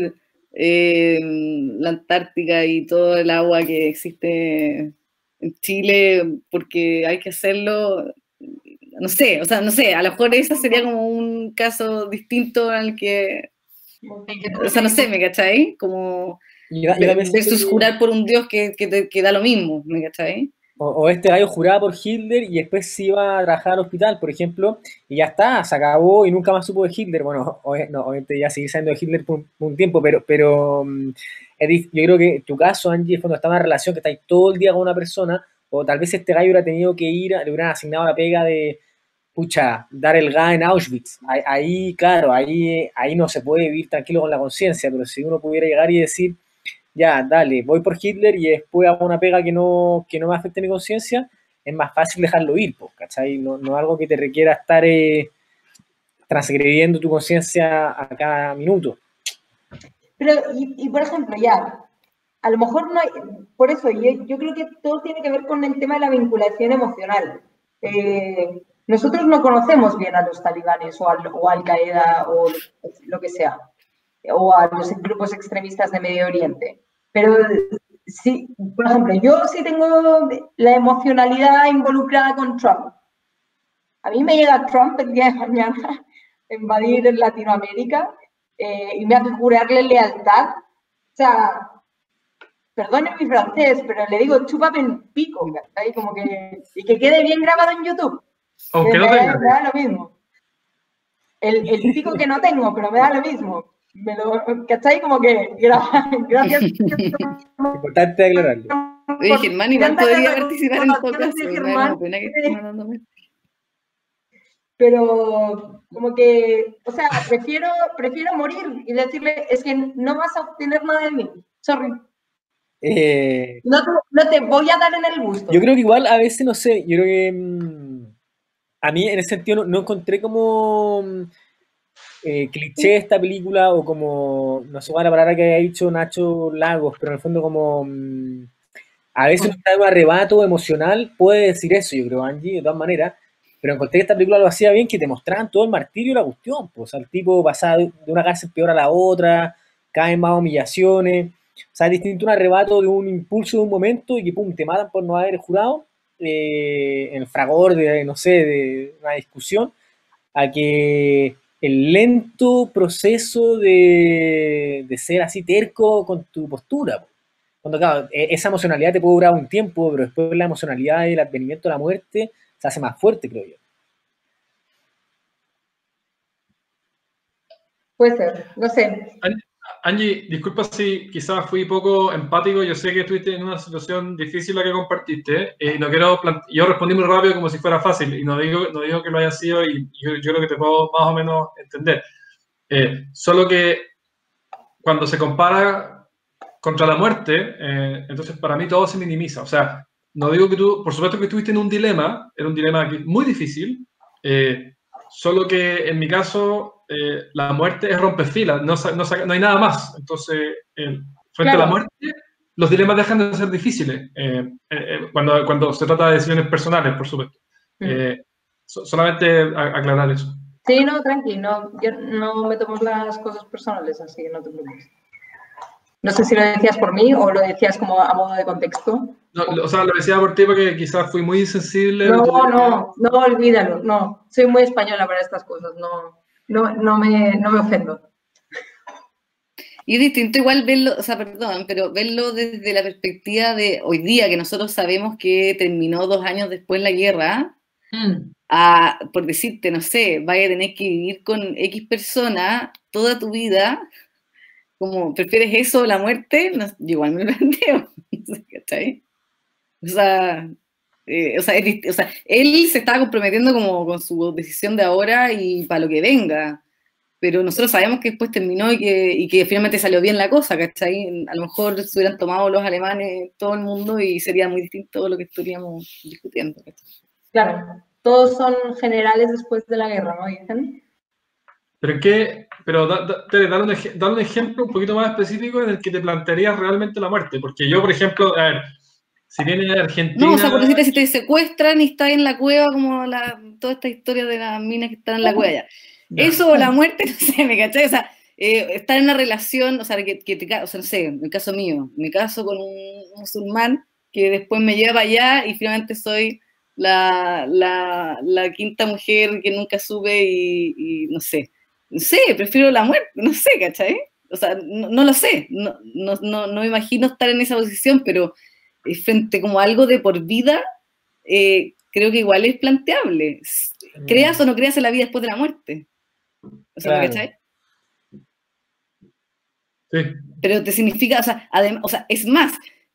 la Antártica y todo el agua que existe en Chile, porque hay que hacerlo, no sé, a lo mejor ese sería como un caso distinto al que, o sea, no sé, ¿me cachai? Como versus jurar por un dios que da lo mismo, ¿me cachai? O este gallo juraba por Hitler y después se iba a trabajar al hospital, por ejemplo, y ya está, se acabó y nunca más supo de Hitler. Bueno, no, obviamente ya seguir sabiendo de Hitler por un tiempo, pero Edith, yo creo que tu caso, Angie, es cuando está en una relación que estáis todo el día con una persona, o tal vez este gallo hubiera tenido que ir, le hubieran asignado la pega de, pucha, dar el gas en Auschwitz. Ahí, claro, ahí no se puede vivir tranquilo con la conciencia, pero si uno pudiera llegar y decir, ya, dale, voy por Hitler y después hago una pega que no me afecte mi conciencia, es más fácil dejarlo ir, ¿cachai? No es algo que te requiera estar transgrediendo tu conciencia a cada minuto. Pero, y por ejemplo, ya, a lo mejor no hay, por eso yo creo que todo tiene que ver con el tema de la vinculación emocional. Nosotros no conocemos bien a los talibanes o Al Qaeda o lo que sea, o a los grupos extremistas de Medio Oriente. Pero sí, por ejemplo, yo sí tengo la emocionalidad involucrada con Trump. A mí me llega Trump el día de mañana a invadir Latinoamérica y me hace jurarle lealtad. O sea, perdone mi francés, pero le digo, chúpame el pico, ¿sabes? Como que, y que quede bien grabado en YouTube. Aunque no tenga. Me da lo mismo. El pico que no tengo, pero me da lo mismo. ¿Cachai? Como que, gracias. Importante aclararlo. Oye, Germán igual podría participar en podcast. Pero como que, o sea, prefiero morir y decirle, es que no vas a obtener nada de mí. Sorry. No te voy a dar en el gusto. Yo creo que igual a veces, no sé, yo creo que a mí en ese sentido no encontré como cliché esta película o como, no sé cuál es la palabra que haya dicho Nacho Lagos, pero en el fondo como a veces un arrebato emocional puede decir eso, yo creo, Angie, de todas maneras, pero encontré que esta película lo hacía bien, que te mostraban todo el martirio y la cuestión, pues, o sea, el tipo pasaba de una cárcel peor a la otra, cada vez más humillaciones, o sea, es distinto un arrebato de un impulso de un momento y que pum, te matan por no haber jurado en el fragor de, no sé, de una discusión, a que el lento proceso de ser así terco con tu postura. Cuando, claro, esa emocionalidad te puede durar un tiempo, pero después la emocionalidad y el advenimiento de la muerte se hace más fuerte, creo yo. Puede ser, no sé. Angie, disculpa si quizás fui poco empático. Yo sé que estuviste en una situación difícil la que compartiste. No quiero yo respondí muy rápido como si fuera fácil y no digo que lo haya sido y yo creo que te puedo más o menos entender. Solo que cuando se compara contra la muerte, entonces para mí todo se minimiza. O sea, no digo que tú, por supuesto que estuviste en un dilema, era un dilema muy difícil, solo que en mi caso la muerte es rompefilas, no hay nada más. Entonces, frente a la muerte, los dilemas dejan de ser difíciles cuando se trata de decisiones personales, por supuesto. Solamente aclarar eso. Sí, no, tranquilo, yo no me tomo las cosas personales, así que no te preocupes. No sé si lo decías por mí o lo decías como a modo de contexto. No, o sea, lo decía por ti porque quizás fui muy insensible. No, olvídalo, no. Soy muy española para estas cosas, no me ofendo. Y es distinto igual verlo, o sea, perdón, pero verlo desde la perspectiva de hoy día, que nosotros sabemos que terminó 2 años después la guerra, por decirte, no sé, vaya a tener que vivir con X persona toda tu vida. Como, ¿prefieres eso o la muerte? No, yo igual me lo planteo, ¿cachai? O sea, él se estaba comprometiendo como con su decisión de ahora y para lo que venga, pero nosotros sabemos que después terminó y que finalmente salió bien la cosa, ¿cachai? A lo mejor se hubieran tomado los alemanes todo el mundo y sería muy distinto lo que estaríamos discutiendo, ¿cachai? Claro, todos son generales después de la guerra, ¿no? ¿Dicen? Pero dale un ejemplo un poquito más específico en el que te plantearías realmente la muerte. Porque yo, por ejemplo, a ver, si viene de Argentina... No, o sea, por decirte, si te secuestran y estás en la cueva, como toda esta historia de las minas que están en la cueva. Eso o la muerte, no sé, ¿me cachai? O sea, estar en una relación, o sea, o sea, no sé, en el caso mío, me caso con un musulmán que después me lleva allá y finalmente soy la quinta mujer que nunca sube y no sé, prefiero la muerte, no sé, ¿cachai? O sea, no lo sé, no me imagino estar en esa posición, pero frente como algo de por vida, creo que igual es planteable. Creas o no creas en la vida después de la muerte. O sea, Claro. ¿cachai? Sí. Pero te significa, o sea, es más,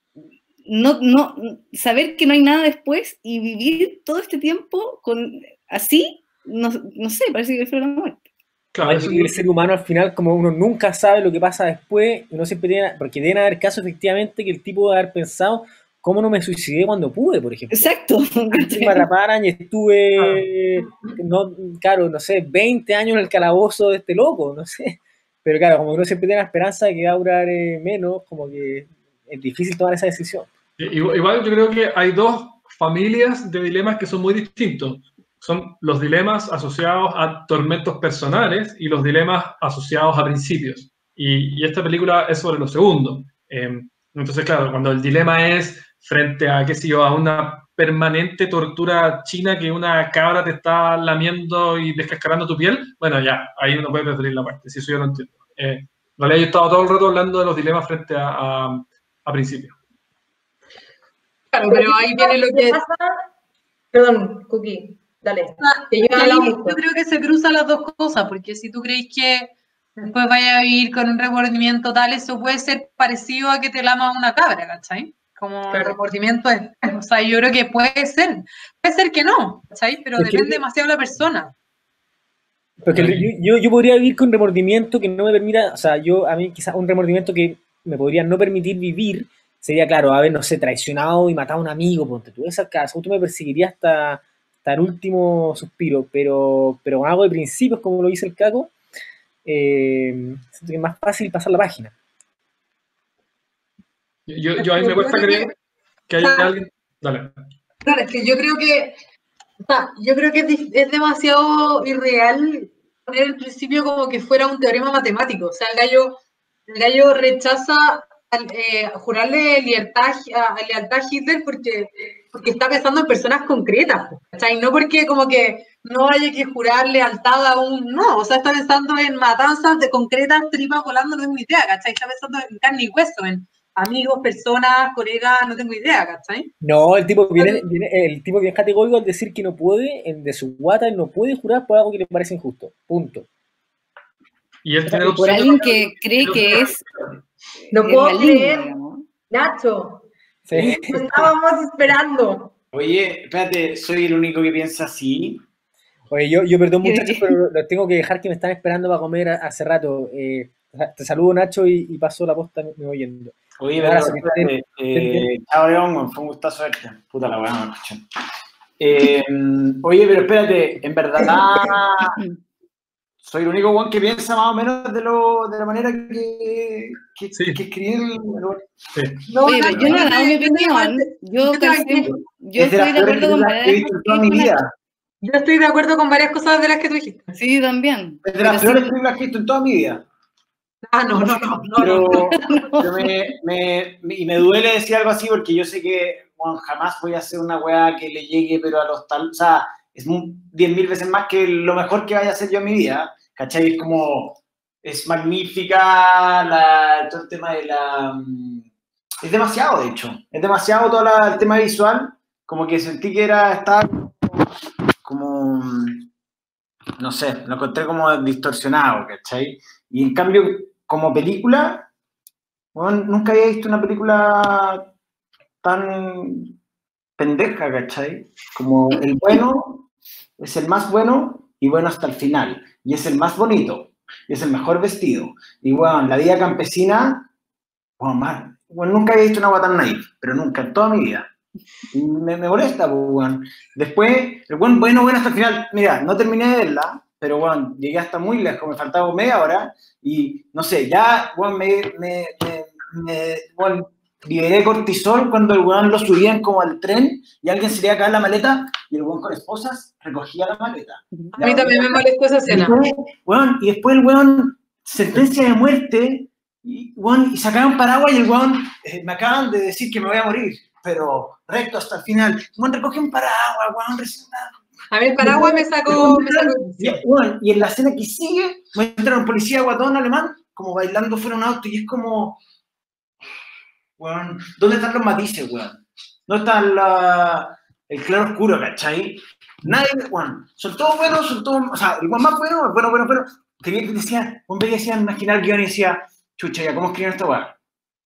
saber que no hay nada después y vivir todo este tiempo así, no sé, parece que prefiero la muerte. Claro, Igual el ser humano al final, como uno nunca sabe lo que pasa después, uno siempre porque deben haber casos efectivamente que el tipo debe haber pensado, ¿cómo no me suicidé cuando pude, por ejemplo? Exacto. Antes me atraparan y estuve, no sé, 20 años en el calabozo de este loco, no sé. Pero claro, como que uno siempre tiene la esperanza de que va a durar menos, como que es difícil tomar esa decisión. Igual yo creo que hay dos familias de dilemas que son muy distintos. Son los dilemas asociados a tormentos personales y los dilemas asociados a principios. Y esta película es sobre lo segundo. Entonces, claro, cuando el dilema es frente a, qué sé yo, a una permanente tortura china que una cabra te está lamiendo y descascarando tu piel, bueno, ya, ahí uno puede preferir la muerte, si eso yo lo entiendo. En realidad yo he estado todo el rato hablando de los dilemas frente a principios. Claro, pero ahí viene lo que... Perdón, Cookie, dale. Ahí yo creo que se cruzan las dos cosas, porque si tú crees que después vaya a vivir con un remordimiento tal, eso puede ser parecido a que te lama una cabra, ¿cachai? Como el remordimiento es... O sea, yo creo que puede ser que no, ¿cachai? Pero depende demasiado de la persona. Porque yo podría vivir con remordimiento que no me permita, o sea, a mí quizás un remordimiento que me podría no permitir vivir sería, claro, haber, no sé, traicionado y matado a un amigo, ponte tú, esa casa, tú me perseguiría hasta el último suspiro, pero con algo de principios, como lo dice el Caco, siento que es más fácil pasar la página. Yo a mí me cuesta creer que haya alguien... Dale. Claro, es que yo creo que es demasiado irreal poner el principio como que fuera un teorema matemático. O sea, el gallo rechaza jurarle lealtad a Hitler porque está pensando en personas concretas, ¿cachai? No porque como que no haya que jurar lealtad a no, o sea, está pensando en matanzas de concretas, tripas volando, no tengo idea, ¿cachai? Está pensando en carne y hueso, en amigos, personas, colegas, no tengo idea, ¿cachai? No, el tipo viene categórico al decir que no puede, de su guata, él no puede jurar por algo que le parece injusto, punto. Y él tiene por alguien que cree que es... No puedo creer, digamos. Nacho. Sí. Lo estábamos esperando. Oye, espérate, ¿soy el único que piensa así? Oye, yo perdón muchachos, pero los tengo que dejar que me están esperando para comer hace rato. Te saludo Nacho y paso la posta, me voy yendo. Oye, pero chao León, fue un gustazo verte. Puta la weá, me escuchan. Oye, pero espérate, en verdad soy el único one que piensa más o menos de la manera que escribí el... Sí. No, oye, yo no he dado mi opinión. Yo estoy de acuerdo con varias cosas. Yo estoy de acuerdo con varias cosas de las que tú dijiste. Sí, también. Es de las peores películas que he visto en toda mi vida. Ah, no. Pero me duele decir algo así porque yo sé que jamás voy a hacer una weá que le llegue, pero a los tal... O sea, es 10.000 veces más que lo mejor que vaya a hacer yo en mi vida, ¿cachai? Es como... Es magnífica todo el tema de la... Es demasiado, de hecho. Es demasiado todo el tema visual. Como que sentí que estaba como... No sé, lo encontré como distorsionado, ¿cachai? Y en cambio, como película, bueno, nunca había visto una película tan pendeja, ¿cachai? Como el bueno es el más bueno y bueno hasta el final. Y es el más bonito. Y es el mejor vestido. Y bueno, la vida campesina, bueno, nunca había visto una agua tan naive, pero nunca en toda mi vida. Y me molesta, pues, bueno. Después, el bueno hasta el final. Mira, no terminé de verla, pero bueno, llegué hasta muy lejos, me faltaba media hora y no sé, ya, bueno, bueno, liberé cortisol cuando el weón lo subían como al tren y alguien se le iba a caer la maleta y el weón con esposas recogía la maleta. A mí también me molestó esa escena. Y después el weón sentencia de muerte, y sacaron paraguas y el weón, me acaban de decir que me voy a morir, pero recto hasta el final. Weón, recoge un paraguas, weón, A ver, el paraguas me sacó. Y en la escena que sigue, muestran a un policía guatón alemán, como bailando fuera de un auto, y es como, weón, ¿dónde están los matices, weón? ¿Dónde está el claro oscuro, cachai? Nadie, weón, son todos buenos, o sea, el weón más bueno, que decía, un veía decía, imaginar el guión y decía, chucha, ya, ¿cómo escribieron esta weá?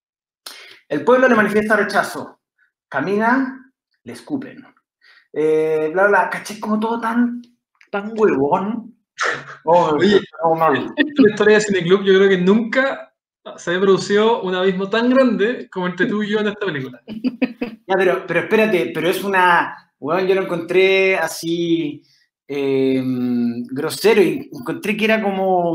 El pueblo le manifiesta rechazo, camina, le escupen. Bla, bla, caché como todo tan huevón. Oye, la historia de Cineclub, yo creo que nunca se había producido un abismo tan grande como entre tú y yo en esta película. Ya, pero espérate, pero es una... Bueno, yo lo encontré así grosero y encontré que era como...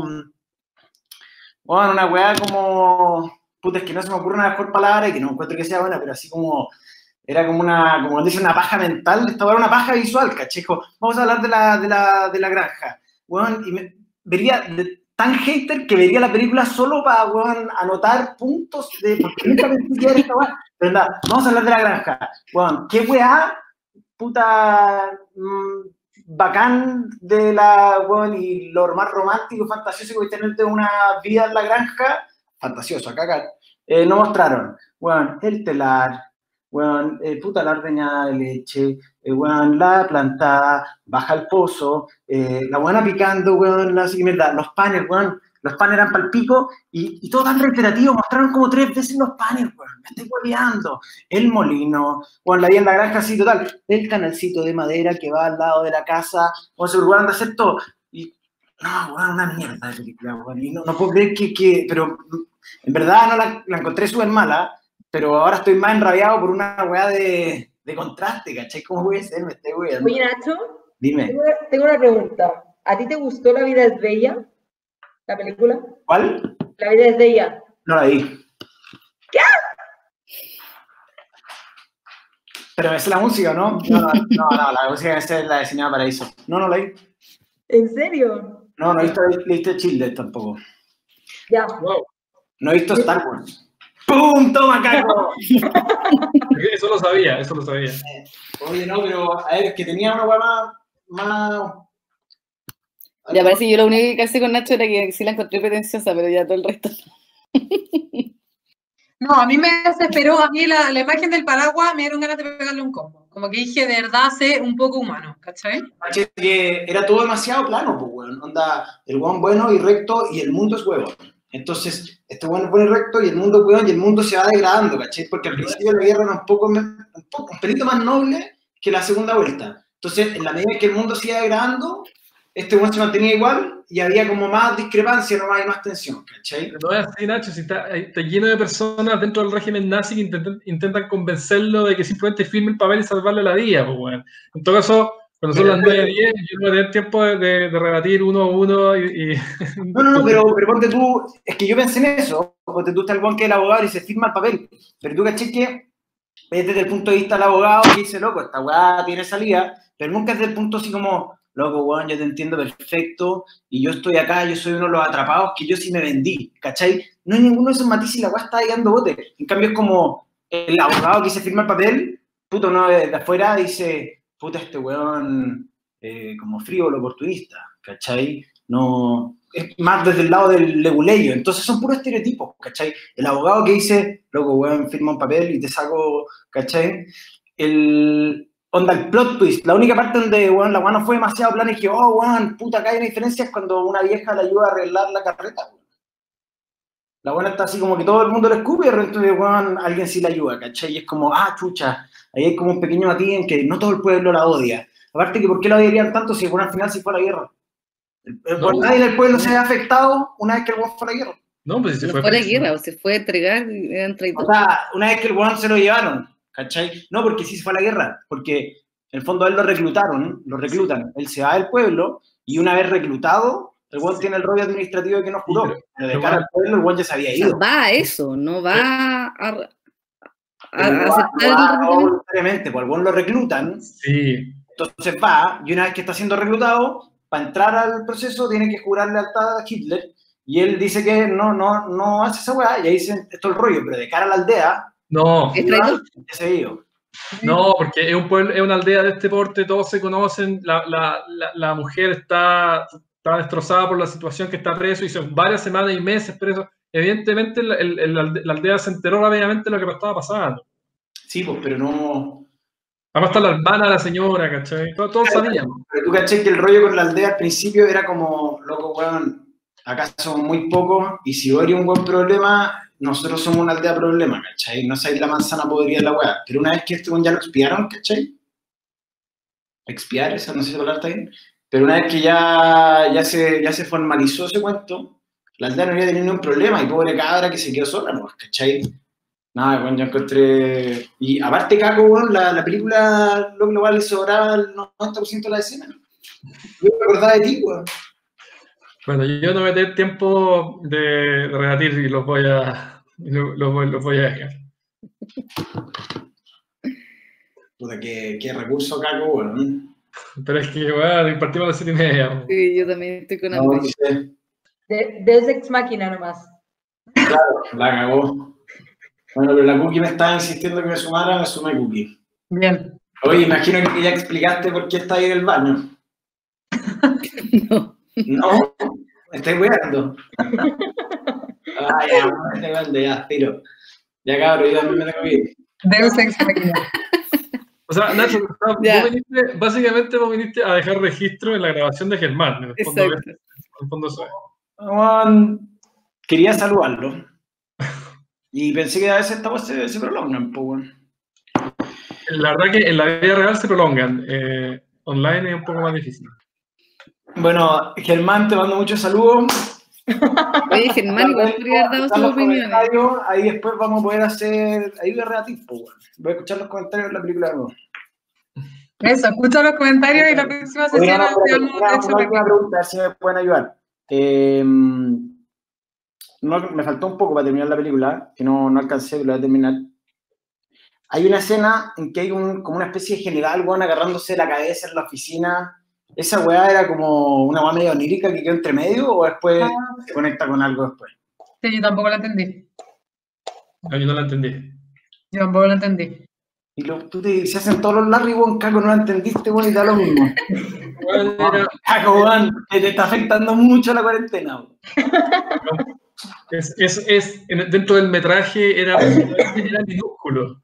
Bueno, una weá como... Puta, es que no se me ocurre una mejor palabra y que no encuentro que sea buena, pero así como... Era como cuando dice una paja mental, esta era una paja visual, cachejo. Vamos a hablar de la granja. Bueno, y vería tan hater que vería la película solo para, bueno, anotar puntos de... Porque nunca pensé que era esta weá. Pero nada, vamos a hablar de la granja. Bueno, qué weá, puta... bacán de bueno, y lo más romántico, fantasioso que tener de una vida en la granja, fantasioso, acá, no mostraron. Bueno, el telar... Weón, puta la ordeñada de leche, weón, la plantada, baja el pozo, la buena picando, weón, la mierda, los panes, weón, los panes eran pal pico y todo tan reiterativo, mostraron como 3 veces los panes, weón, me estoy hueveando, el molino, weón, la vi en la granja así, total, el canalcito de madera que va al lado de la casa, weón, se preocuparon de hacer todo, y, no, weón, una mierda de película, weón, y no puedo creer pero en verdad no la encontré súper mala, pero ahora estoy más enrabiado por una weá de contraste, ¿cachai? ¿Cómo puede ser? Me estoy weando. Oye, Nacho. Dime. Tengo una pregunta. ¿A ti te gustó La vida es bella? ¿La película? ¿Cuál? La vida es bella. No la vi. ¿Qué? Pero es la música, ¿no? No, la música esa es la de Cinema Paraíso. No la vi. ¿En serio? No he visto Childer tampoco. Ya. Wow. No he visto Star Wars. ¡Pum! ¡Toma, cago! Eso lo sabía. Oye, no, pero a ver, es que tenía una weá más... Ya parece que yo lo único que hice con Nacho era que sí la encontré pretenciosa, pero ya todo el resto. No, a mí me desesperó, a mí la imagen del paraguas me dieron ganas de pegarle un combo. Como que dije, de verdad, sé un poco humano, ¿cachai? Que era todo demasiado plano, pues, weón. Onda, el weón bueno y recto y el mundo es huevo. Entonces, este weón es bueno y recto y el mundo es hueón y el mundo se va degradando, ¿cachai? Porque al principio la guerra era un pelito más noble que la segunda vuelta. Entonces, en la medida que el mundo se iba degradando, este weón se mantenía igual y había como más discrepancia, no hay más tensión, ¿cachai? No es así, Nacho, si está lleno de personas dentro del régimen nazi que intentan convencerlo de que simplemente firme el papel y salvarle la vida, pues, bueno. En todo caso, cuando son las 9:10, yo no voy a tener tiempo de rebatir uno a uno y... No, pero ponte tú, es que yo pensé en eso, ponte tú está el weón que es el abogado y se firma el papel, pero tú caché que es desde el punto de vista del abogado que dice, loco, esta weá tiene salida, pero nunca es desde el punto así como, loco, weón, yo te entiendo perfecto, y yo estoy acá, yo soy uno de los atrapados, que yo sí me vendí, ¿cachai? No hay ninguno de esos matices y la weá está ahí dando bote. En cambio es como el abogado que se firma el papel, puto, uno de afuera dice, puta, este weón como frívolo oportunista, ¿cachai? No, es más desde el lado del leguleyo, entonces son puros estereotipos, ¿cachai? El abogado que dice, loco, weón, firma un papel y te saco, ¿cachai? El plot twist, la única parte donde, weón, la weón no fue demasiado plana y dije, oh, weón, puta, acá hay una diferencia, es cuando una vieja le ayuda a arreglar la carreta, weón. La buena está así como que todo el mundo le escupe y de repente, weón, alguien sí la ayuda, ¿cachai? Y es como, ah, chucha, ahí hay como un pequeño matiz en que no todo el pueblo la odia. Aparte que, ¿por qué la odiarían tanto si, bueno, al final sí fue a la guerra? Nadie del pueblo se ha afectado una vez que el weón fue a la guerra. No, pues si se fue a la guerra, o se fue a entregar, eran traidores. O sea, una vez que el weón se lo llevaron, ¿cachai? No, porque sí se fue a la guerra, porque en el fondo a él lo reclutan, él se va del pueblo y una vez reclutado, el weón tiene el rollo administrativo de que no juró. Pero de cara al pueblo, el weón ya se había ido. Va a eso, no va a aceptar voluntariamente, pues el weón lo reclutan. Sí. Entonces va, y una vez que está siendo reclutado, para entrar al proceso tiene que jurar lealtad a Hitler, Y él dice que no hace esa weá, y ahí dice, esto es el rollo, pero de cara a la aldea, No, ese yo. no, porque es un pueblo, es una aldea de este porte, todos se conocen, la mujer está destrozada por la situación que está preso, y son varias semanas y meses preso. Evidentemente la aldea se enteró rápidamente de lo que estaba pasando. Sí, pues, pero no... Además está la hermana de la señora, ¿cachai? Todos sabíamos. Pero tú caché que el rollo con la aldea al principio era como, loco, weón, acá somos muy pocos, y si vos eres un buen problema, nosotros somos una aldea problema, ¿cachai? No sabéis la manzana podría de la weá. Pero una vez que este ya lo expiaron, ¿cachai? Expiar, esa no sé si hablar está bien. Pero una vez que ya se formalizó ese cuento, la aldea no había tenido ningún problema, y pobre cabra que se quedó sola, ¿no? ¿Cachai? Nada, bueno, yo encontré... Y aparte, Caco, bueno, la película, lo global le sobraba el 90% de la escena. Yo me acordaba de ti, weón. Bueno, yo no voy a tener tiempo de rebatir y los voy a dejar. Puta, qué recurso, Caco, weón. Pero es que, bueno, partimos a las 7:30. Sí, yo también estoy con hambre. No sé. Desde Ex Máquina nomás. Claro, la cagó. Bueno, pero la Cookie me estaba insistiendo que me sumara, me sumé Cookie. Bien. Oye, imagino que ya explicaste por qué está ahí en el baño. No. No, me estoy cuidando. Ah, ya, me estoy cuidando, ya, tiro. Ya, cabrón, yo también me tengo que ir. Deus Ex Machina. O sea, Nacho, básicamente vos viniste a dejar registro en la grabación de Germán. En el fondo, Exacto. en el fondo eso es. Quería saludarlo. Y pensé que a veces esta voz se prolongan, pues, weón. La verdad que en la vida real se prolongan. Online es un poco más difícil. Bueno, Germán, te mando muchos saludos. Oye, Germán, igual podría haber dado sus opiniones. Ahí después vamos a poder hacer... Ahí voy a rebatir, pues, weón. Voy a escuchar los comentarios de la película de nuevo. Eso, escucha los comentarios y la próxima sesión Una pregunta, a ver si me pueden ayudar. Me faltó un poco para terminar la película, que no alcancé, pero lo voy a terminar. Hay una escena en que hay como una especie de general, weón, agarrándose la cabeza en la oficina. ¿Esa weá era como una weá medio onírica que quedó entre medio o después se conecta con algo después? Sí, yo tampoco la entendí. No, yo no la entendí. Yo tampoco la entendí. Y se hacen todos los Larry, weón, Caco, no la entendiste, weón, y da lo mismo. Caco, weón, te está afectando mucho la cuarentena, weón. Dentro del metraje era minúsculo.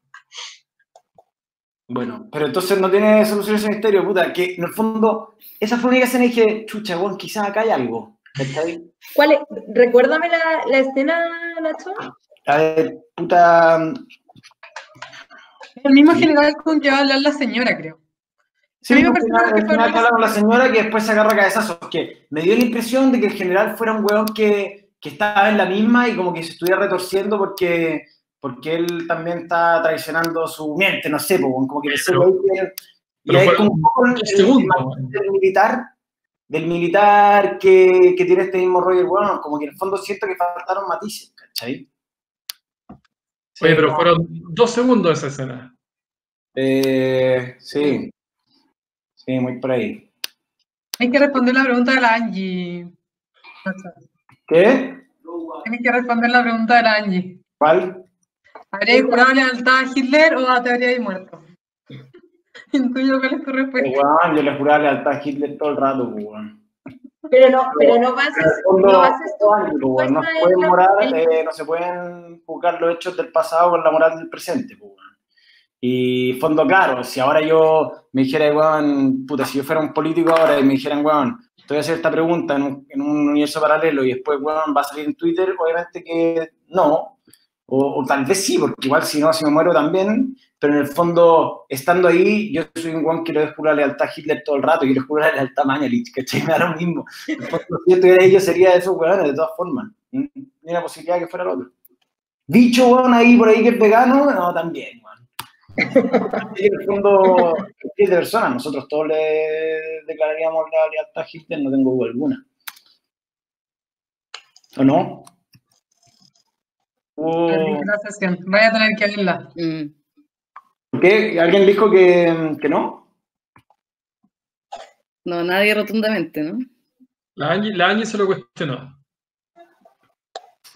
Bueno, pero entonces no tiene solución ese misterio, puta, que en el fondo, esa fue la única escena y dije, chucha, weón, quizás acá hay algo. ¿Está ahí? ¿Cuál es? Recuérdame la escena, Nacho. A ver, puta... El mismo general con que va a hablar la señora, creo. Sí, a mí me parece que fue con la señora que después se agarra cabezazos, que me dio la impresión de que el general fuera un weón que estaba en la misma y como que se estuviera retorciendo porque él también está traicionando su mente, no sé, como que y hay como un poco del militar que tiene este mismo rollo, bueno, como que en el fondo siento que faltaron matices, ¿cachai? Sí, oye, pero fueron 2 segundos esa escena. Sí. Sí, muy por ahí. Hay que responder la pregunta de la Angie. ¿Qué? Tienes que responder la pregunta de la Angie. ¿Cuál? ¿Habríais jurado lealtad a Hitler o te habríais muerto? Intuyo cuál es tu respuesta. Weón, yo le juraba lealtad a Hitler todo el rato, weón. Pero no bases tu weón, no se pueden juzgar los hechos del pasado con la moral del presente, weón. Y fondo claro, si ahora yo me dijera, weón, puta, si yo fuera un político ahora y me dijeran, weón, te voy a hacer esta pregunta en un universo paralelo y después, weón, va a salir en Twitter, obviamente que no. O tal vez sí, porque igual si no, si me muero también, pero en el fondo, estando ahí, yo soy un weón que le juro la lealtad a Hitler todo el rato, y le juro la lealtad a Mañalich, ¿cachai? Me da lo mismo. En el fondo, si yo estuviera ahí, yo sería de esos weones, de todas formas. Ni la posibilidad de que fuera el otro. Dicho, weón, ahí por ahí que es vegano, no, también, weón. En el fondo, es de personas, nosotros todos le declararíamos la lealtad a Hitler, no tengo duda alguna. ¿O no? La sesión. Vaya a tener que verla. ¿Por qué? ¿Alguien dijo que no? No, nadie rotundamente, ¿no? La Angie se lo cuestionó.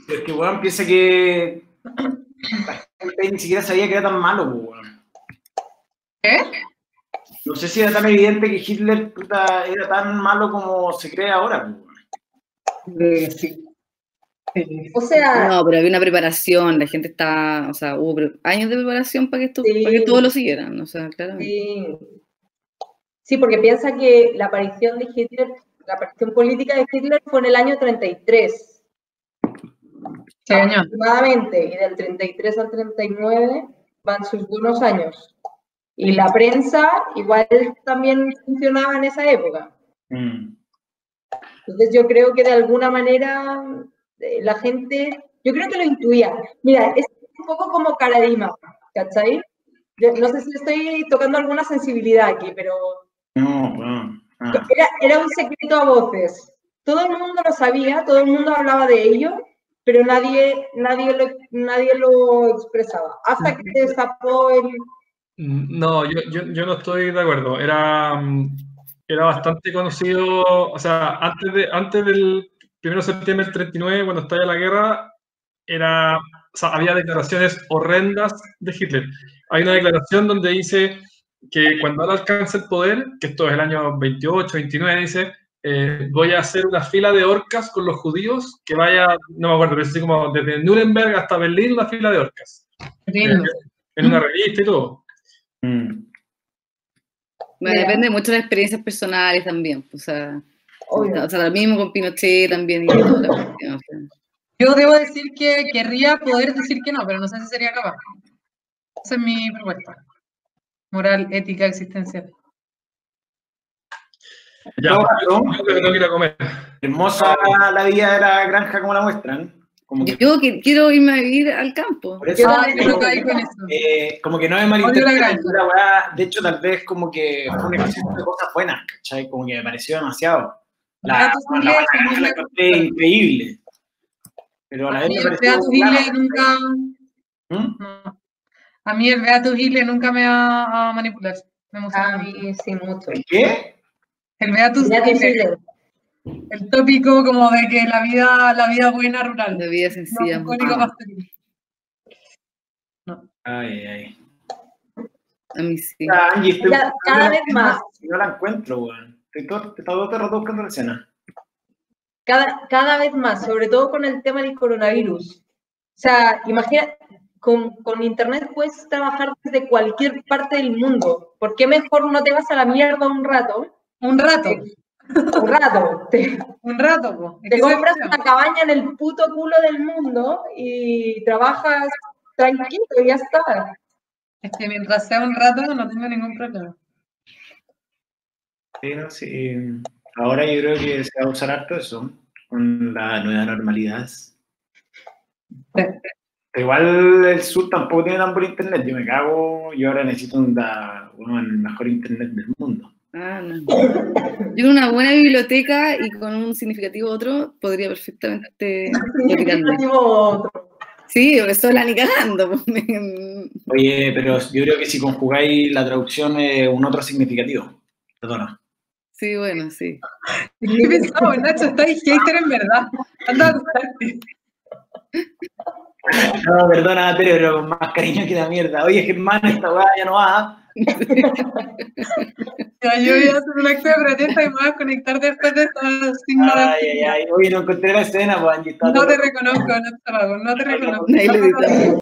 Es que, weón, piensa que la gente ni siquiera sabía que era tan malo, weón. ¿Qué? No sé si era tan evidente que Hitler puta, era tan malo como se cree ahora, weón. Sí. Sí. O sea, No, pero había una preparación, la gente estaba, o sea, hubo años de preparación para que esto, Sí. para que todos lo siguieran, o sea, claramente. sí. Sí, porque piensa que la aparición de Hitler, la aparición política de Hitler fue en el año 33. Sí, año. Aproximadamente, y del 33 al 39 van sus buenos años. Y la prensa igual también funcionaba en esa época. Entonces yo creo que de alguna manera la gente, yo creo que lo intuía. Mira, es un poco como Caradima, ¿cachai? Yo no sé si estoy tocando alguna sensibilidad aquí, pero No, weón. era un secreto a voces. Todo el mundo lo sabía, todo el mundo hablaba de ello, pero nadie lo expresaba. Hasta que se destapó el... No, yo no estoy de acuerdo. Era bastante conocido, o sea, antes del 1 de septiembre del 39, cuando estalla la guerra, o sea, había declaraciones horrendas de Hitler. Hay una declaración donde dice que cuando él alcance el poder, que esto es el año 28, 29, dice, voy a hacer una fila de orcas con los judíos que vaya, no me acuerdo, pero es así como desde Nuremberg hasta Berlín, una fila de orcas. En una revista y todo. Bueno, depende mucho de las experiencias personales también, o sea, lo mismo con Pinochet también y toda la cuestión, o sea. Yo debo decir que querría poder decir que no, pero no sé si sería capaz. Esa es mi propuesta. Moral, ética, existencial. Ya, yo tengo que ir a comer. Hermosa la vida de la granja como la muestran. Como que, yo quiero irme a vivir al campo. Por eso, como que no es malinterpretado. De hecho, tal vez como que fue un exceso de cosas buenas, ¿cachai? Como que me pareció demasiado. La encontré increíble. Pero a la vez me pareció nunca... No. A mí el Beato Hitler nunca me va a manipular. Me emociona. A mí sí, mucho. ¿Qué? El Beato Hitler. El tópico como de que la vida buena rural. La vida sencilla. No. Ay. A mí sí. Angie, cada vez más. No la encuentro, weón. Estoy todo el rato buscando la escena. Cada vez más, sobre todo con el tema del coronavirus. O sea, imagina, con internet puedes trabajar desde cualquier parte del mundo. ¿Por qué mejor no te vas a la mierda un rato? Un rato. Un rato, po. Te compras una cabaña en el puto culo del mundo y trabajas tranquilo y ya está. Es que mientras sea un rato no tengo ningún problema. Sí. Ahora yo creo que se va a usar harto eso con la nueva normalidad. Igual el sur tampoco tiene tan buen internet. Yo me cago, yo ahora necesito el mejor internet del mundo. Yo con una buena biblioteca y con un significativo otro podría perfectamente Sí, eso la ni cagando. Oye, pero yo creo que si conjugáis la traducción es un otro significativo. Perdona. Sí, bueno, sí. ¿Qué pensamos, Nacho? Estáis hater en verdad. Anda a gustarte. No, perdona, pero con más cariño que la mierda. Oye, Germán, esta weá ya no va. Ya, yo voy a hacer una acción pretenta y me voy a conectar después de estos signos. Ay. Oye, no encontré la escena, pues, Angie. No te reconozco, no te reconozco.